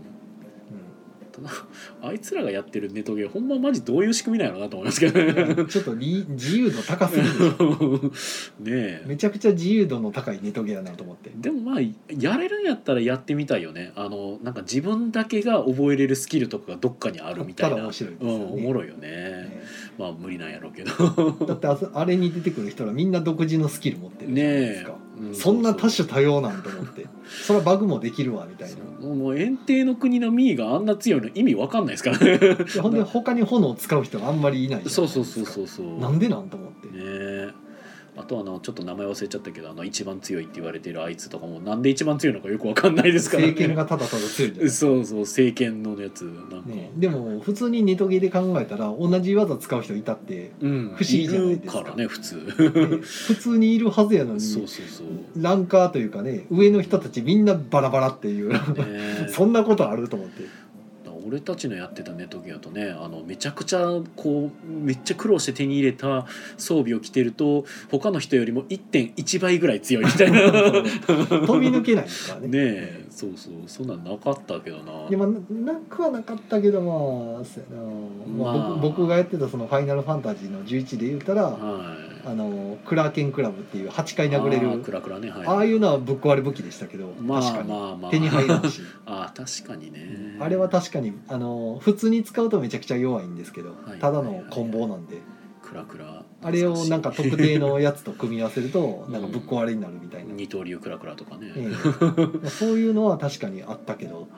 あいつらがやってるネトゲほんまマジどういう仕組みなのかなと思いますけどね。 ちょっと自由度高すぎるね。めちゃくちゃ自由度の高いネトゲやなと思って。 でもやれるんやったらやってみたいよね。なんか自分だけが覚えれるスキルとかがどっかにあるみたいな。 面白いですよね。 おもろいよね。無理なんやろうけど。 だってあれに出てくる人らみんな独自のスキル持ってるじゃないですか。 そんな多種多様なんと思ってそれはバグもできるわみたいな。 もう炎帝の国のミーがあんな強いの意味わかんないですからねほんで他に炎を使う人があんまりいないじゃないですか。 そうなんでなんと思ってね。あとはちょっと名前忘れちゃったけど一番強いって言われてるあいつとかもなんで一番強いのかよくわかんないですからね。 政権がただただ強いじゃないですか。 そう政権のやつなんか、 ね、でも普通にネトゲで考えたら同じ技使う人いたって不思議じゃないですか。 いるからね普通、 ね、普通にいるはずやのにランカーというかね上の人たちみんなバラバラっていう、ね、そんなことあると思って。 俺たちのやってたネットゲームだとねめちゃくちゃめっちゃ苦労して手に入れた装備を着てると他の人よりも 1.1 倍ぐらい強いみたいな飛び抜けないですからね。 ねえそうそんなんなかったけどな。 いやなくはなかったけど僕がやってたそのファイナルファンタジーの11で言ったら、クラーケンクラブっていう8回殴れるクラクラね、 ああいうのはぶっ壊れ武器でしたけど、確かに手に入らんし確かにねあれは確かに普通に使うとめちゃくちゃ弱いんですけど、ただのコンボなんでクラクラあれをなんか特定のやつと組み合わせるとなんかぶっ壊れになるみたいな、 二刀流クラクラとかね、 そういうのは確かにあったけど、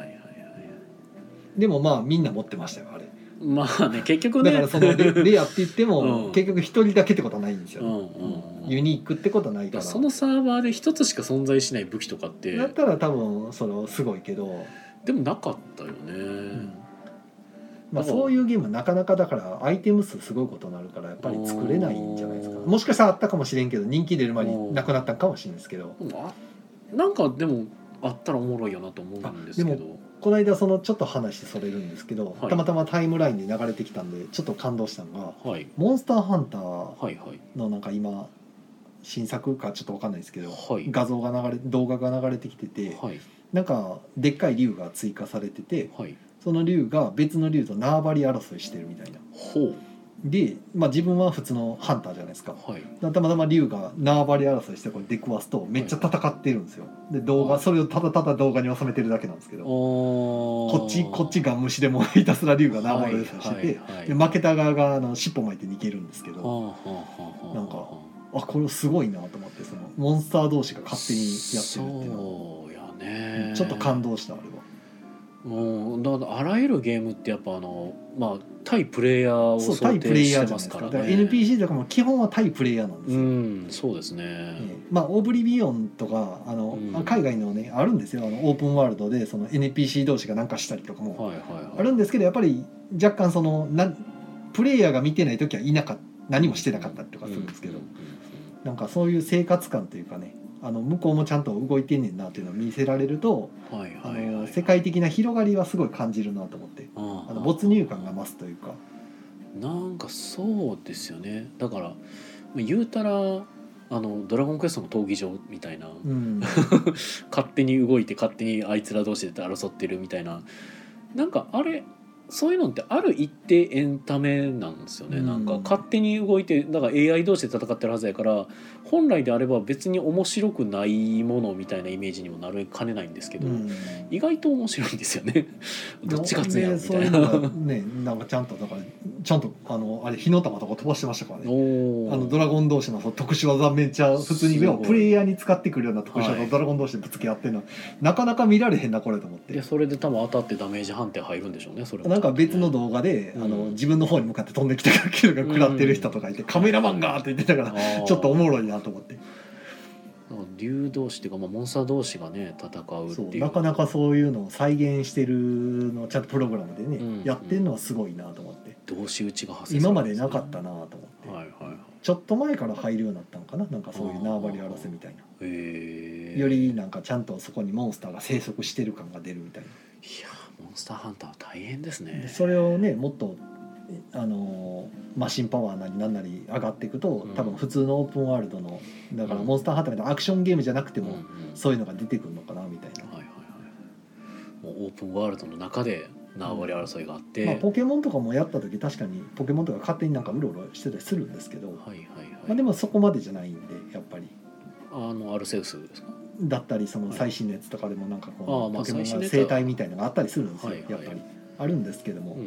でもまあみんな持ってましたよあれ。 まあね結局ねだからそのレアって言っても、結局一人だけってことはないんですよ、ユニークってことはないから。 そのサーバーで一つしか存在しない武器とかってだったら多分すごいけどでもなかったよね、 まあ、そういうゲームはなかなかだからアイテム数すごいことになるからやっぱり作れないんじゃないですか。もしかしたらあったかもしれんけど人気出る前になくなったかもしれないですけど、 なんかでもあったらおもろいよなと思うんですけど。 でもこの間ちょっと話それるんですけど、たまたまタイムラインで流れてきたんでちょっと感動したのが、モンスターハンターのなんか今新作かちょっと分かんないですけど、動画が流れてきてて、なんかでっかい竜が追加されてて、その竜が別の竜と縄張り争いしてるみたいな。で、自分は普通のハンターじゃないですか、たまたま竜が縄張り争いしてこれ出くわすとめっちゃ戦ってるんですよ。でそれをただただ動画に収めてるだけなんですけど、こっちガン虫でもひたすら竜が縄張り争いしてて、で負けた側が尻尾巻いて逃げるんですけど、なんかこれすごいなと思って、そのモンスター同士が勝手にやってるっていうのはちょっと感動したあれは。 だからあらゆるゲームってやっぱ対プレイヤーを想定してますからね。 だから NPC とかも基本は対プレイヤーなんですよ。 そうですね。 オブリビオンとか海外のねあるんですよ、オープンワールドでその NPC 同士が何かしたりとかもあるんですけど、やっぱり若干プレイヤーが見てない時は何もしてなかったりとかするんですけど、なんかそういう生活感というかね、向こうもちゃんと動いてんねんなっていうのを見せられると、世界的な広がりはすごい感じるなと思って、没入感が増すというか。 なんかそうですよね。だから言うたらドラゴンクエストの闘技場みたいな、勝手に動いて勝手にあいつら同士で争ってるみたいな、なんかそういうのってある一定エンタメなんですよね。なんか勝手に動いてだから AI 同士で戦ってるはずやから、本来であれば別に面白くないものみたいなイメージにもなりかねないんですけど、意外と面白いんですよねどっち勝つんやみたいな。 なんかちゃんとあれ火の玉とか飛ばしてましたからね。ドラゴン同士の特殊技めっちゃ普通にプレイヤーに使ってくるような特殊技をドラゴン同士でぶつけ合ってるの、なかなか見られへんなこれと思って。 それで多分当たってダメージ判定入るんでしょうね。それなんか別の動画で自分の方に向かって飛んできたキルが食らってる人とかいて、カメラマンがって言ってたからちょっとおもろいなと思って。 竜同士っていうか、モンスター同士がね戦うっていう、 なかなかそういうのを再現してるのをちゃんとプログラムでね、やってるのはすごいなと思って。 同士打ちが発生今までなかったなと思って、ちょっと前から入るようになったのかな、なんかそういう縄張り争いみたいな、よりなんかちゃんとそこにモンスターが生息してる感が出るみたいな。 いやモンスターハンター大変ですね。 でそれをねもっとマシンパワーなりなんなり上がっていくと、多分普通のオープンワールドのだからモンスターハンターみたいなアクションゲームじゃなくても、そういうのが出てくるのかなみたいな。 もうオープンワールドの中で縄張り争いがあって、 ポケモンとかもやった時確かにポケモンとか勝手になんかうろうろしてたりするんですけど、でもそこまでじゃないんでやっぱりアルセウスですかだったり、その最新のやつとかでもなんかこうポケモンが生態みたいなのがあったりするんですよ、やっぱりあるんですけども、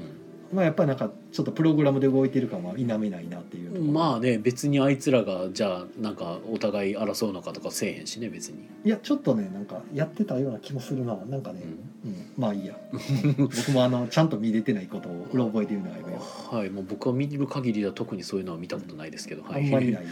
まあやっぱりなんかちょっとプログラムで動いてる感は否めないなっていう。 まあね、別にあいつらがじゃあなんかお互い争うのかとかせえへんしね別に。 いやちょっとねなんかやってたような気もするな。なんかね、まあいいや僕もちゃんと見れてないことをうろ覚えてるのが今よ。 はい、もう僕は見る限りでは特にそういうのは見たことないですけど、 あんまりない、 はい、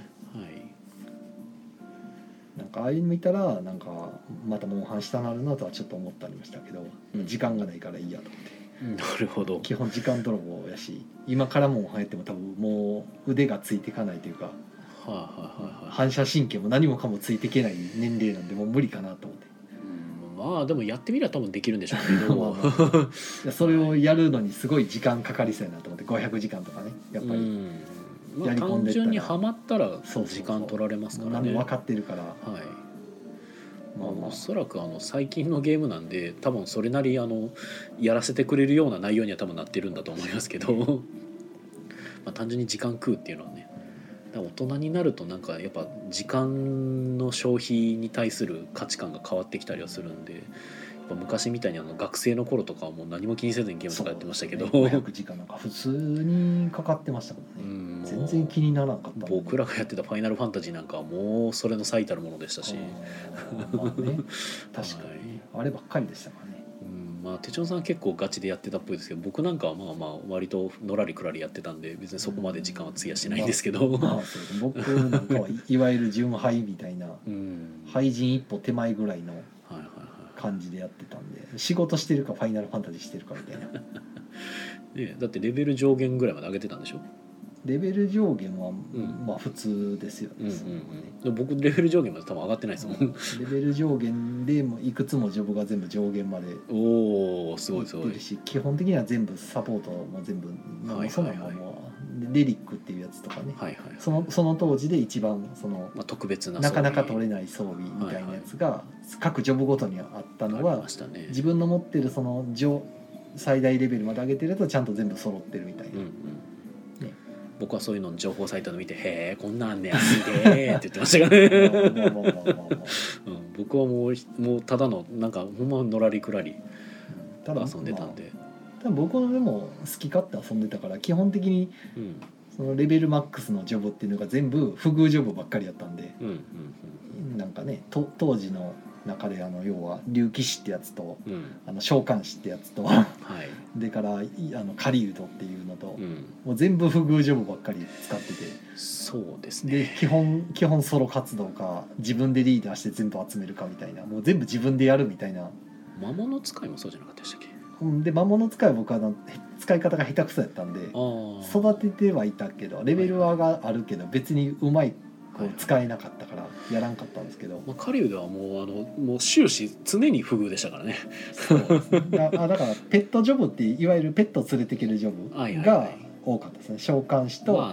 なんかああいうの見たらなんかまたモンハンしたなるなとはちょっと思ったりましたけど、時間がないからいいやと思って。 なるほど。 基本時間泥棒やし、今からもう入っても多分もう腕がついていかないというか、反射神経も何もかもついていけない年齢なんでもう無理かなと思って。 まあでもやってみれば多分できるんでしょうけどいやそれをやるのにすごい時間かかりそうやなと思って、500時間とかねやっぱり、 まあ、単純にはまったら時間取られますからね。 分かってるから、はい。 まあ、おそらく最近のゲームなんで多分それなりやらせてくれるような内容には多分なってるんだと思いますけどまあ単純に時間食うっていうのはね、大人になるとなんかやっぱ時間の消費に対する価値観が変わってきたりはするんで、やっぱ昔みたいに学生の頃とかはもう何も気にせずにゲームとかやってましたけど、 500時間なんか普通にかかってましたもんね。全然気にならなかった、 僕らがやってたファイナルファンタジーなんかはもうそれの最たるものでしたし、 まあね、確かに、あればっかりでしたからね。 まあ手帳さんは結構ガチでやってたっぽいですけど、僕なんかはまあまあ割とのらりくらりやってたんで別にそこまで時間は費やしてないんですけど、 そう僕なんかはいわゆる純廃みたいな、廃人一歩手前ぐらいの感じでやってたんで、仕事してるかファイナルファンタジーしてるかみたいなね、だってレベル上限ぐらいまで上げてたんでしょ。 レベル上限はまあ普通ですよね。 僕レベル上限まで多分上がってないですもんレベル上限でもいくつもジョブが全部上限まですごいすごいし、基本的には全部サポートも全部そのままレリックっていうやつとかね、その当時で一番特別ななかなか取れない装備みたいなやつが各ジョブごとにあったのは、自分の持ってるその最大レベルまで上げてるとちゃんと全部揃ってるみたいな。 僕はそういうの情報サイトで見て「へえこんなんあんねやすげえ」って言ってましたからね僕はもうただのなんかほんまのらりくらり遊んでたんで、 多分僕でも好き勝手遊んでたから、基本的にそのレベルマックスのジョブっていうのが全部不遇ジョブばっかりやったんで、なんかね当時の中で要は竜騎士ってやつと、召喚士ってやつとでから狩人っていうのと、もう全部不遇ジョブばっかり使ってて、 そうですね。 で基本ソロ活動か自分でリーダーして全部集めるかみたいな、もう全部自分でやるみたいな。 魔物使いもそうじゃなかったでしたっけ。 で魔物使いは僕は使い方が下手くそやったんで育ててはいたけど、レベルはあるけど別にうまい使えなかったからやらんかったんですけど、 狩人はもう終始常に不遇でしたからね。 だからペットジョブっていわゆるペットを連れていけるジョブが多かったですね。召喚師と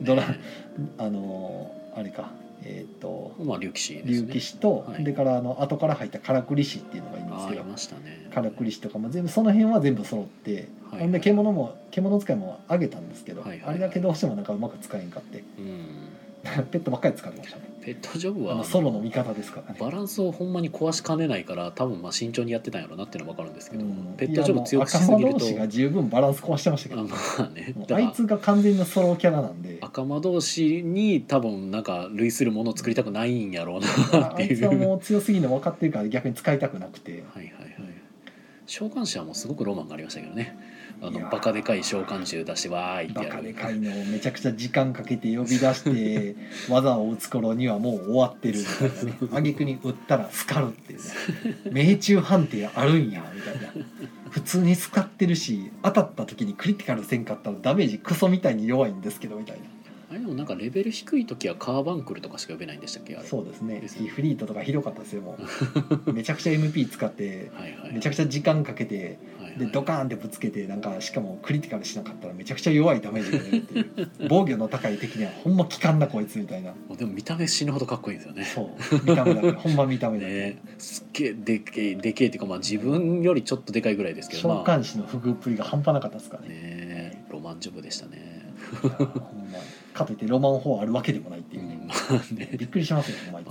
あれか竜騎士ですね。 竜騎士と、でから後から入ったからくり師っていうのがいるんですけど、からくり師とかも全部その辺は全部揃って、で獣使いもあげたんですけど、あれだけどうしてもなんかうまく使えんかって。ペットばっかり使ってましたね。 ペットジョブはソロの味方ですからね。 バランスをほんまに壊しかねないから多分慎重にやってたんやろうなっていうのは分かるんですけど、ペットジョブ強くしすぎると赤魔同士が十分バランス壊してましたけど、あいつが完全なソロキャラなんで、 赤魔同士に多分なんか類するものを作りたくないんやろうなっていう。 あいつはもう強すぎるの分かってるから逆に使いたくなくて、 召喚師はもうすごくロマンがありましたけどね。バカでかい召喚獣出してわーいってやる。 バカでかいのをめちゃくちゃ時間かけて呼び出して技を打つ頃にはもう終わってるみたいなね。挙句に打ったらスカるっていうね。命中判定あるんやみたいな。普通に使ってるし当たった時にクリティカルせんかったらダメージクソみたいに弱いんですけどみたいな。 あれでもなんかレベル低い時はカーバンクルとかしか呼べないんでしたっけ。あれそうですね。フリートとかひどかったですよ。もうめちゃくちゃ MP 使ってめちゃくちゃ時間かけてでドカーンってぶつけて、なんかしかもクリティカルしなかったらめちゃくちゃ弱いダメージが出るっていう防御の高い敵にはほんま効かんなこいつみたいな。 でも見た目死ぬほどかっこいいんですよね。 そう見た目だけほんま見た目だけ、 ね、すっげえでけえっていうか、まあ自分よりちょっとでかいぐらいですけど、 召喚師の不遇っぷりが半端なかったですからね。ロマンジョブでしたね。 ほんまかといってロマン4あるわけでもないっていう、 まあね、 びっくりしますよね。 ロ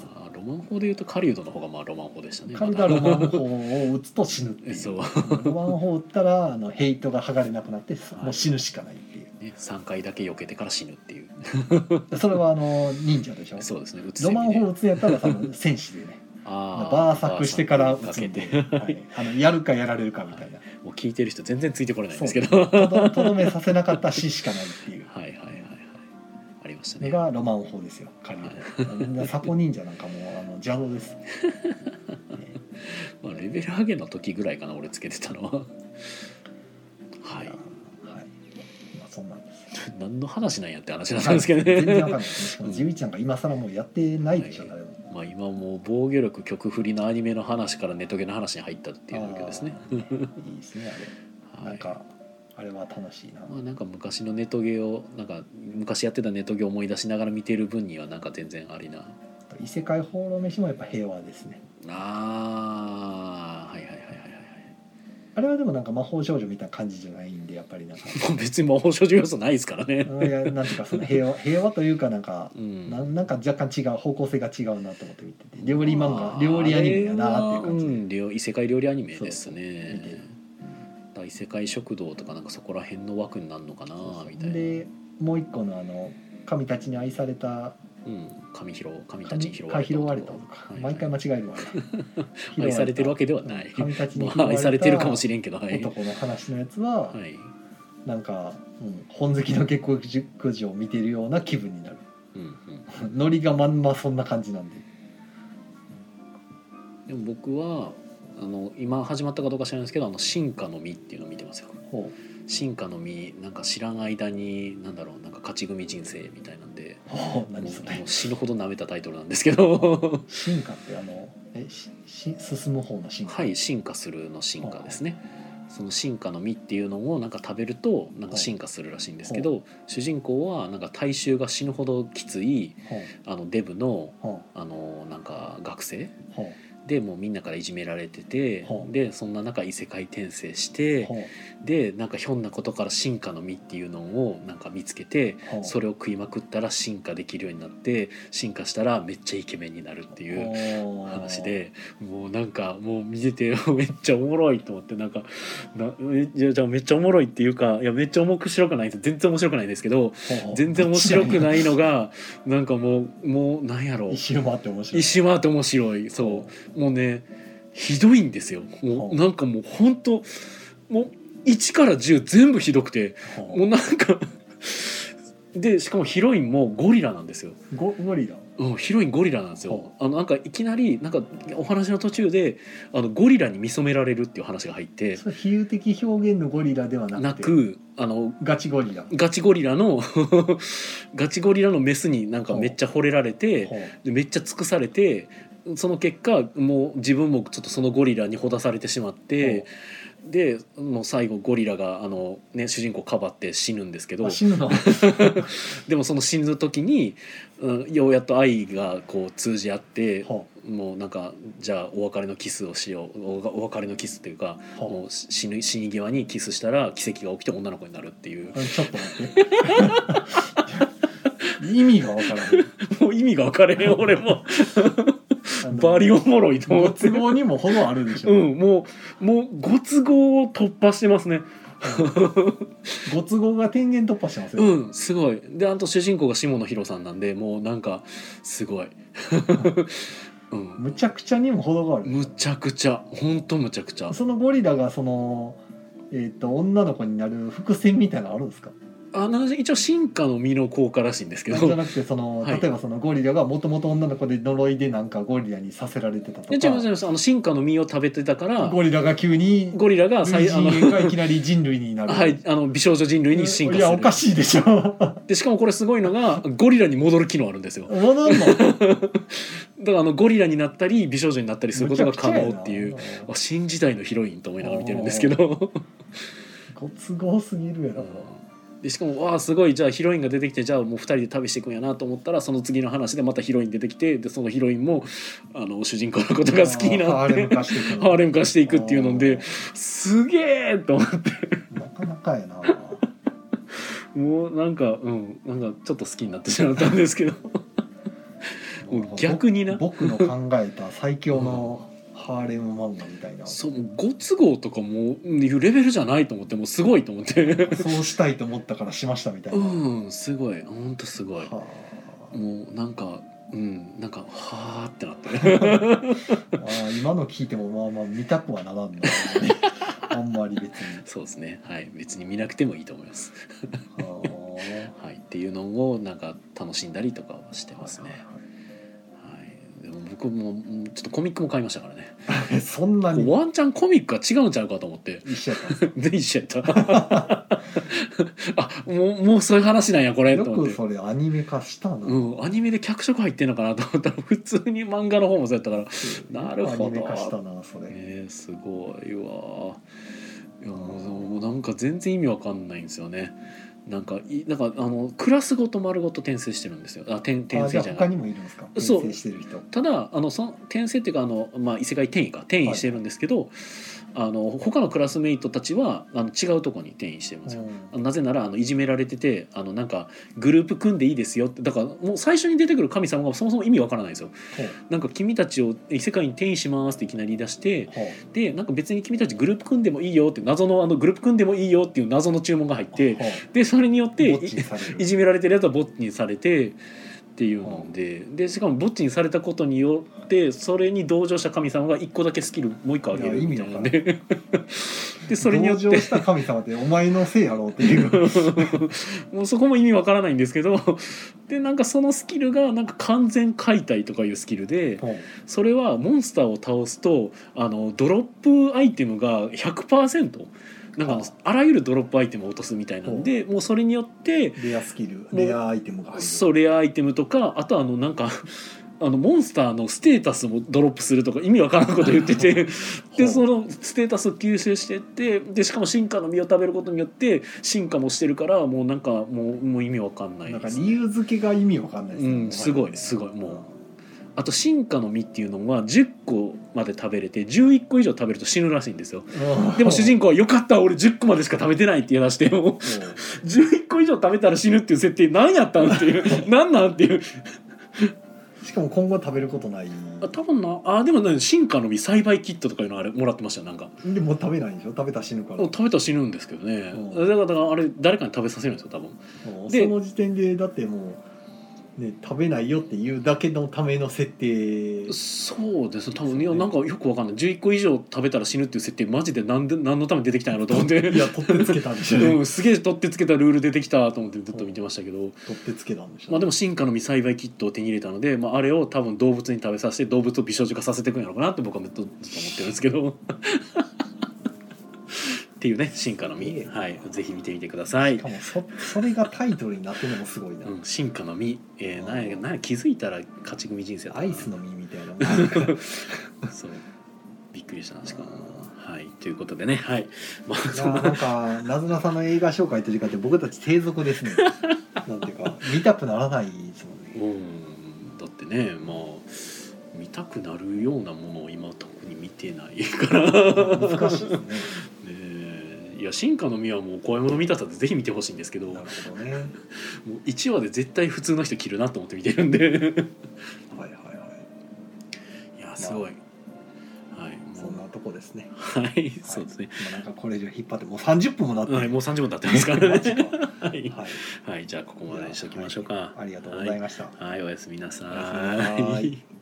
マン法でいうと狩人の方がまあロマン法でしたね。 狩人はロマン法を打つと死ぬっていうそうロマン法を打ったらヘイトが剥がれなくなってもう死ぬしかないっていう、 ね、3回だけ避けてから死ぬっていうそれは忍者でしょ。 そうですね。 ロマン法を打つんやったら多分戦士でねバーサクしてから打つんで、はい、やるかやられるかみたいな、はい、 もう聞いてる人全然ついてこれないんですけどとどめさせなかったら死しかないっていうはいはいはいはいありましたね。 のがロマン法ですよ。仮にサポ忍者なんかも邪道です、ねまあ、レベル上げの時ぐらいかな俺つけてたのははい、 はい、まあそんなんです何の話なんやって話なんですけどね、 全然わかんないですね。ジビちゃんが今更もうやってないでしょ、誰も。 まあ、今もう防御力曲振りのアニメの話からネトゲの話に入ったっていうわけですね。 いいですねあれ、はい、なんかあれは楽しいな。 まあなんか昔のネトゲをなんか昔やってたネトゲを思い出しながら見てる分にはなんか全然ありな。 異世界放浪飯もやっぱ平和ですね。 ああはいはいはいはいはい。 あれはでもなんか魔法少女みたいな感じじゃないんでやっぱりなんか別に魔法少女要素ないですからね。 いやなんていうかその平和というかなんか、なんか若干違う方向性が違うなと思って見てて料理漫画料理アニメやなっていう感じで、 異世界料理アニメですね。異世界食堂とかなんかそこら辺の枠になるのかなみたいな。でもう一個の神たちに愛された神たちに拾われたとか、 毎回間違えるわ愛されてるわけではない。 神たちに愛されてるかもしれんけど、 男の話のやつは、なんか、本好きの下克上を見てるような気分になる。ノリがまんまそんな感じなんで。 でも僕は今始まったかどうか知らないですけど進化の実っていうのを見てますよ。進化の実なんか知らん間になんか勝ち組人生みたいなんで、 何それもう死ぬほど舐めたタイトルなんですけど進化って進む方の進化。 はい、進化するの進化ですね。その進化の実っていうのをなんか食べるとなんか進化するらしいんですけど、主人公はなんか体臭が死ぬほどきついデブのなんか学生でもうみんなからいじめられてて、でそんな中異世界転生して、でなんかひょんなことから進化の実っていうのをなんか見つけて、それを食いまくったら進化できるようになって進化したらめっちゃイケメンになるっていう話で、もうなんかもう見ててめっちゃおもろいと思って、なんかじゃあめっちゃおもろいっていうか、いやめっちゃ面白くないです、全然面白くないですけど、全然面白くないのがなんかもうなんやろう、 一周回って面白い、 一周回って面白い。そうもうねひどいんですよ。もうなんかもう本当もう1から10全部ひどくて、もうなんかでしかもヒロインもゴリラなんですよ。 ゴリラ、 ヒロインゴリラなんですよ。なんかいきなりなんかお話の途中でゴリラに見初められるっていう話が入って、 それ比喩的表現のゴリラではなくガチゴリラのガチゴリラのメスになんかめっちゃ惚れられて、でめっちゃ尽くされて、その結果もう自分もちょっとそのゴリラにほだされてしまって、でもう最後ゴリラが主人公かばって死ぬんですけど、 死ぬのでもその死ぬ時に、ようやっと愛がこう通じ合って、もうなんかじゃあお別れのキスをしよう、お別れのキスっていうか、もう死に際にキスしたら奇跡が起きて女の子になるっていう。 ちょっと待って意味が分からないもう意味が分からへん俺もバリおもろいと思って。 ご都合にもほどあるでしょ。 もうご都合を突破してますね。 ご都合が天元突破してますよ。 すごい。で主人公が下野紘さんなんで、もうなんかすごい。 むちゃくちゃにもほどがある。 むちゃくちゃ、本当むちゃくちゃ。 そのゴリラが女の子になる伏線みたいなのあるんですか？ 一応進化の実の効果らしいんですけど、 じゃなくて例えばそのゴリラがもともと女の子で呪いでなんかゴリラにさせられてたとか。 違います進化の実を食べてたからゴリラが類人猿がいきなり人類になる。 はい美少女人類に進化する。 いやおかしいでしょ。 でしかもこれすごいのがゴリラに戻る機能あるんですよ。 戻るの？ だからゴリラになったり美少女になったりすることが可能っていう、新時代のヒロインと思いながら見てるんですけどご都合すぎるやろ。 でしかもすごい、じゃあヒロインが出てきて、じゃあもう2人で旅していくんやなと思ったら、その次の話でまたヒロイン出てきて、でそのヒロインも主人公のことが好きになってハーレム化していくっていうのですげえと思ってなかなかやな。 もうなんかちょっと好きになってしまったんですけど逆にな僕の考えた最強のハーレム漫画みたいな、 そうご都合とかもいうレベルじゃないと思って、もうすごいと思ってそうしたいと思ったからしましたみたいな、 すごい、ほんとすごい、 はもうなんかなんかはーってなって今の聞いてもまあ見たくはならんなあんまり別にそうですね、はい、別に見なくてもいいと思いますはい、っていうのをなんか楽しんだりとかはしてますね、でも僕もちょっとコミックも買いましたからねそんなにワンチャンコミックが違うんちゃうかと思って。 一緒やったんで一緒やったあ、もうそういう話なんやこれよと思って。 くそれアニメ化したな、 アニメで脚色入ってんのかなと思ったら普通に漫画の方もそうやったからなるほど、 アニメ化したなそれ、 すごいわ。いやもうなんか全然意味わかんないんですよね。なんかクラスごと丸ごと転生してるんですよ。転生じゃない。 他にもいるんですか。転生してる人。 ただその転生っていうか異世界転移してるんですけど、他のクラスメイトたちは違うとこに転移してるんですよ。なぜならいじめられててなんかグループ組んでいいですよって、だからもう最初に出てくる神様がそもそも意味わからないんですよ。なんか君たちを異世界に転移しますっていきなり言い出して、でなんか別に君たちグループ組んでもいいよって謎のグループ組んでもいいよっていう謎の注文が入って、でそれによっていじめられてるやつはボッチにされてっていうのでしかもボッチにされたことによってそれに同情した神様が1個だけスキルもう1個あげるみたいなんででそれによって同情した神様ってお前のせいやろうっていうもうそこも意味わからないんですけど、でなんかそのスキルがなんか完全解体とかいうスキルで、それはモンスターを倒すとドロップアイテムが 100%なんかあらゆるドロップアイテムを落とすみたいなんで、もうそれによってレアスキル、レアアイテムが入る。 そうレアアイテムとか、あとなんかモンスターのステータスもドロップするとか意味わからんこと言っててでそのステータスを吸収してってでしかも進化の実を食べることによって進化もしてるからもうなんかもう意味わかんないです、ね、 なんか理由付けが意味わかんないですね、 すごいもう。あと進化の実っていうのは10個まで食べれて11個以上食べると死ぬらしいんですよ。でも主人公はよかった俺10個までしか食べてないって言い出しても11個以上食べたら死ぬっていう設定何やったんっていう何なんっていうしかも今後食べることない。 多分でもね進化の実栽培キットとかいうのあれもらってましたよなんか。 でも食べないんでしょ。食べたら死ぬから。 食べたら死ぬんですけどね。だからあれ誰かに食べさせるんですよ多分。 その時点でだってもう。ね、食べないよっていうだけのための設定。 そうです多分いやなんかよくわかんない11個以上食べたら死ぬっていう設定マジで何のために出てきたんやろと思っていや取ってつけたんでしょうね、 すげえ取ってつけたルール出てきたと思ってずっと見てましたけど、 取ってつけたんでしょうね。 まあでも進化の実栽培キットを手に入れたので、あれを多分動物に食べさせて動物を美少女化させていくんやろうかなって僕はずっと思ってるんですけどっていうね進化の実、はい、ぜひ見てみてください。 しかもそれがタイトルになってるのもすごいな、 進化の実、なんや気づいたら勝ち組人生だったアイスの実みたいなそうびっくりしたしかも。はい、ということでね、はい、 なんかなずなさんの映画紹介というかって僕たち低俗ですねなんていうか見たくならないですもんね。 だってね見たくなるようなものを今特に見てないから難しいですねいや進化の実はもう怖いもの見たさでぜひ見てほしいんですけど、 なるほどね、 もう1話で絶対普通の人着るなと思って見てるんではいはいはいいやすごい、はい、 そんなとこですね。 はい、そうですね。 なんかこれ以上引っ張ってもう30分もなって、 はい、もう30分経ってますからね。はい、 はい、 はい、じゃあここまでにしておきましょうか。 ありがとうございました。 はい、おやすみなさい。 おやすみなさい。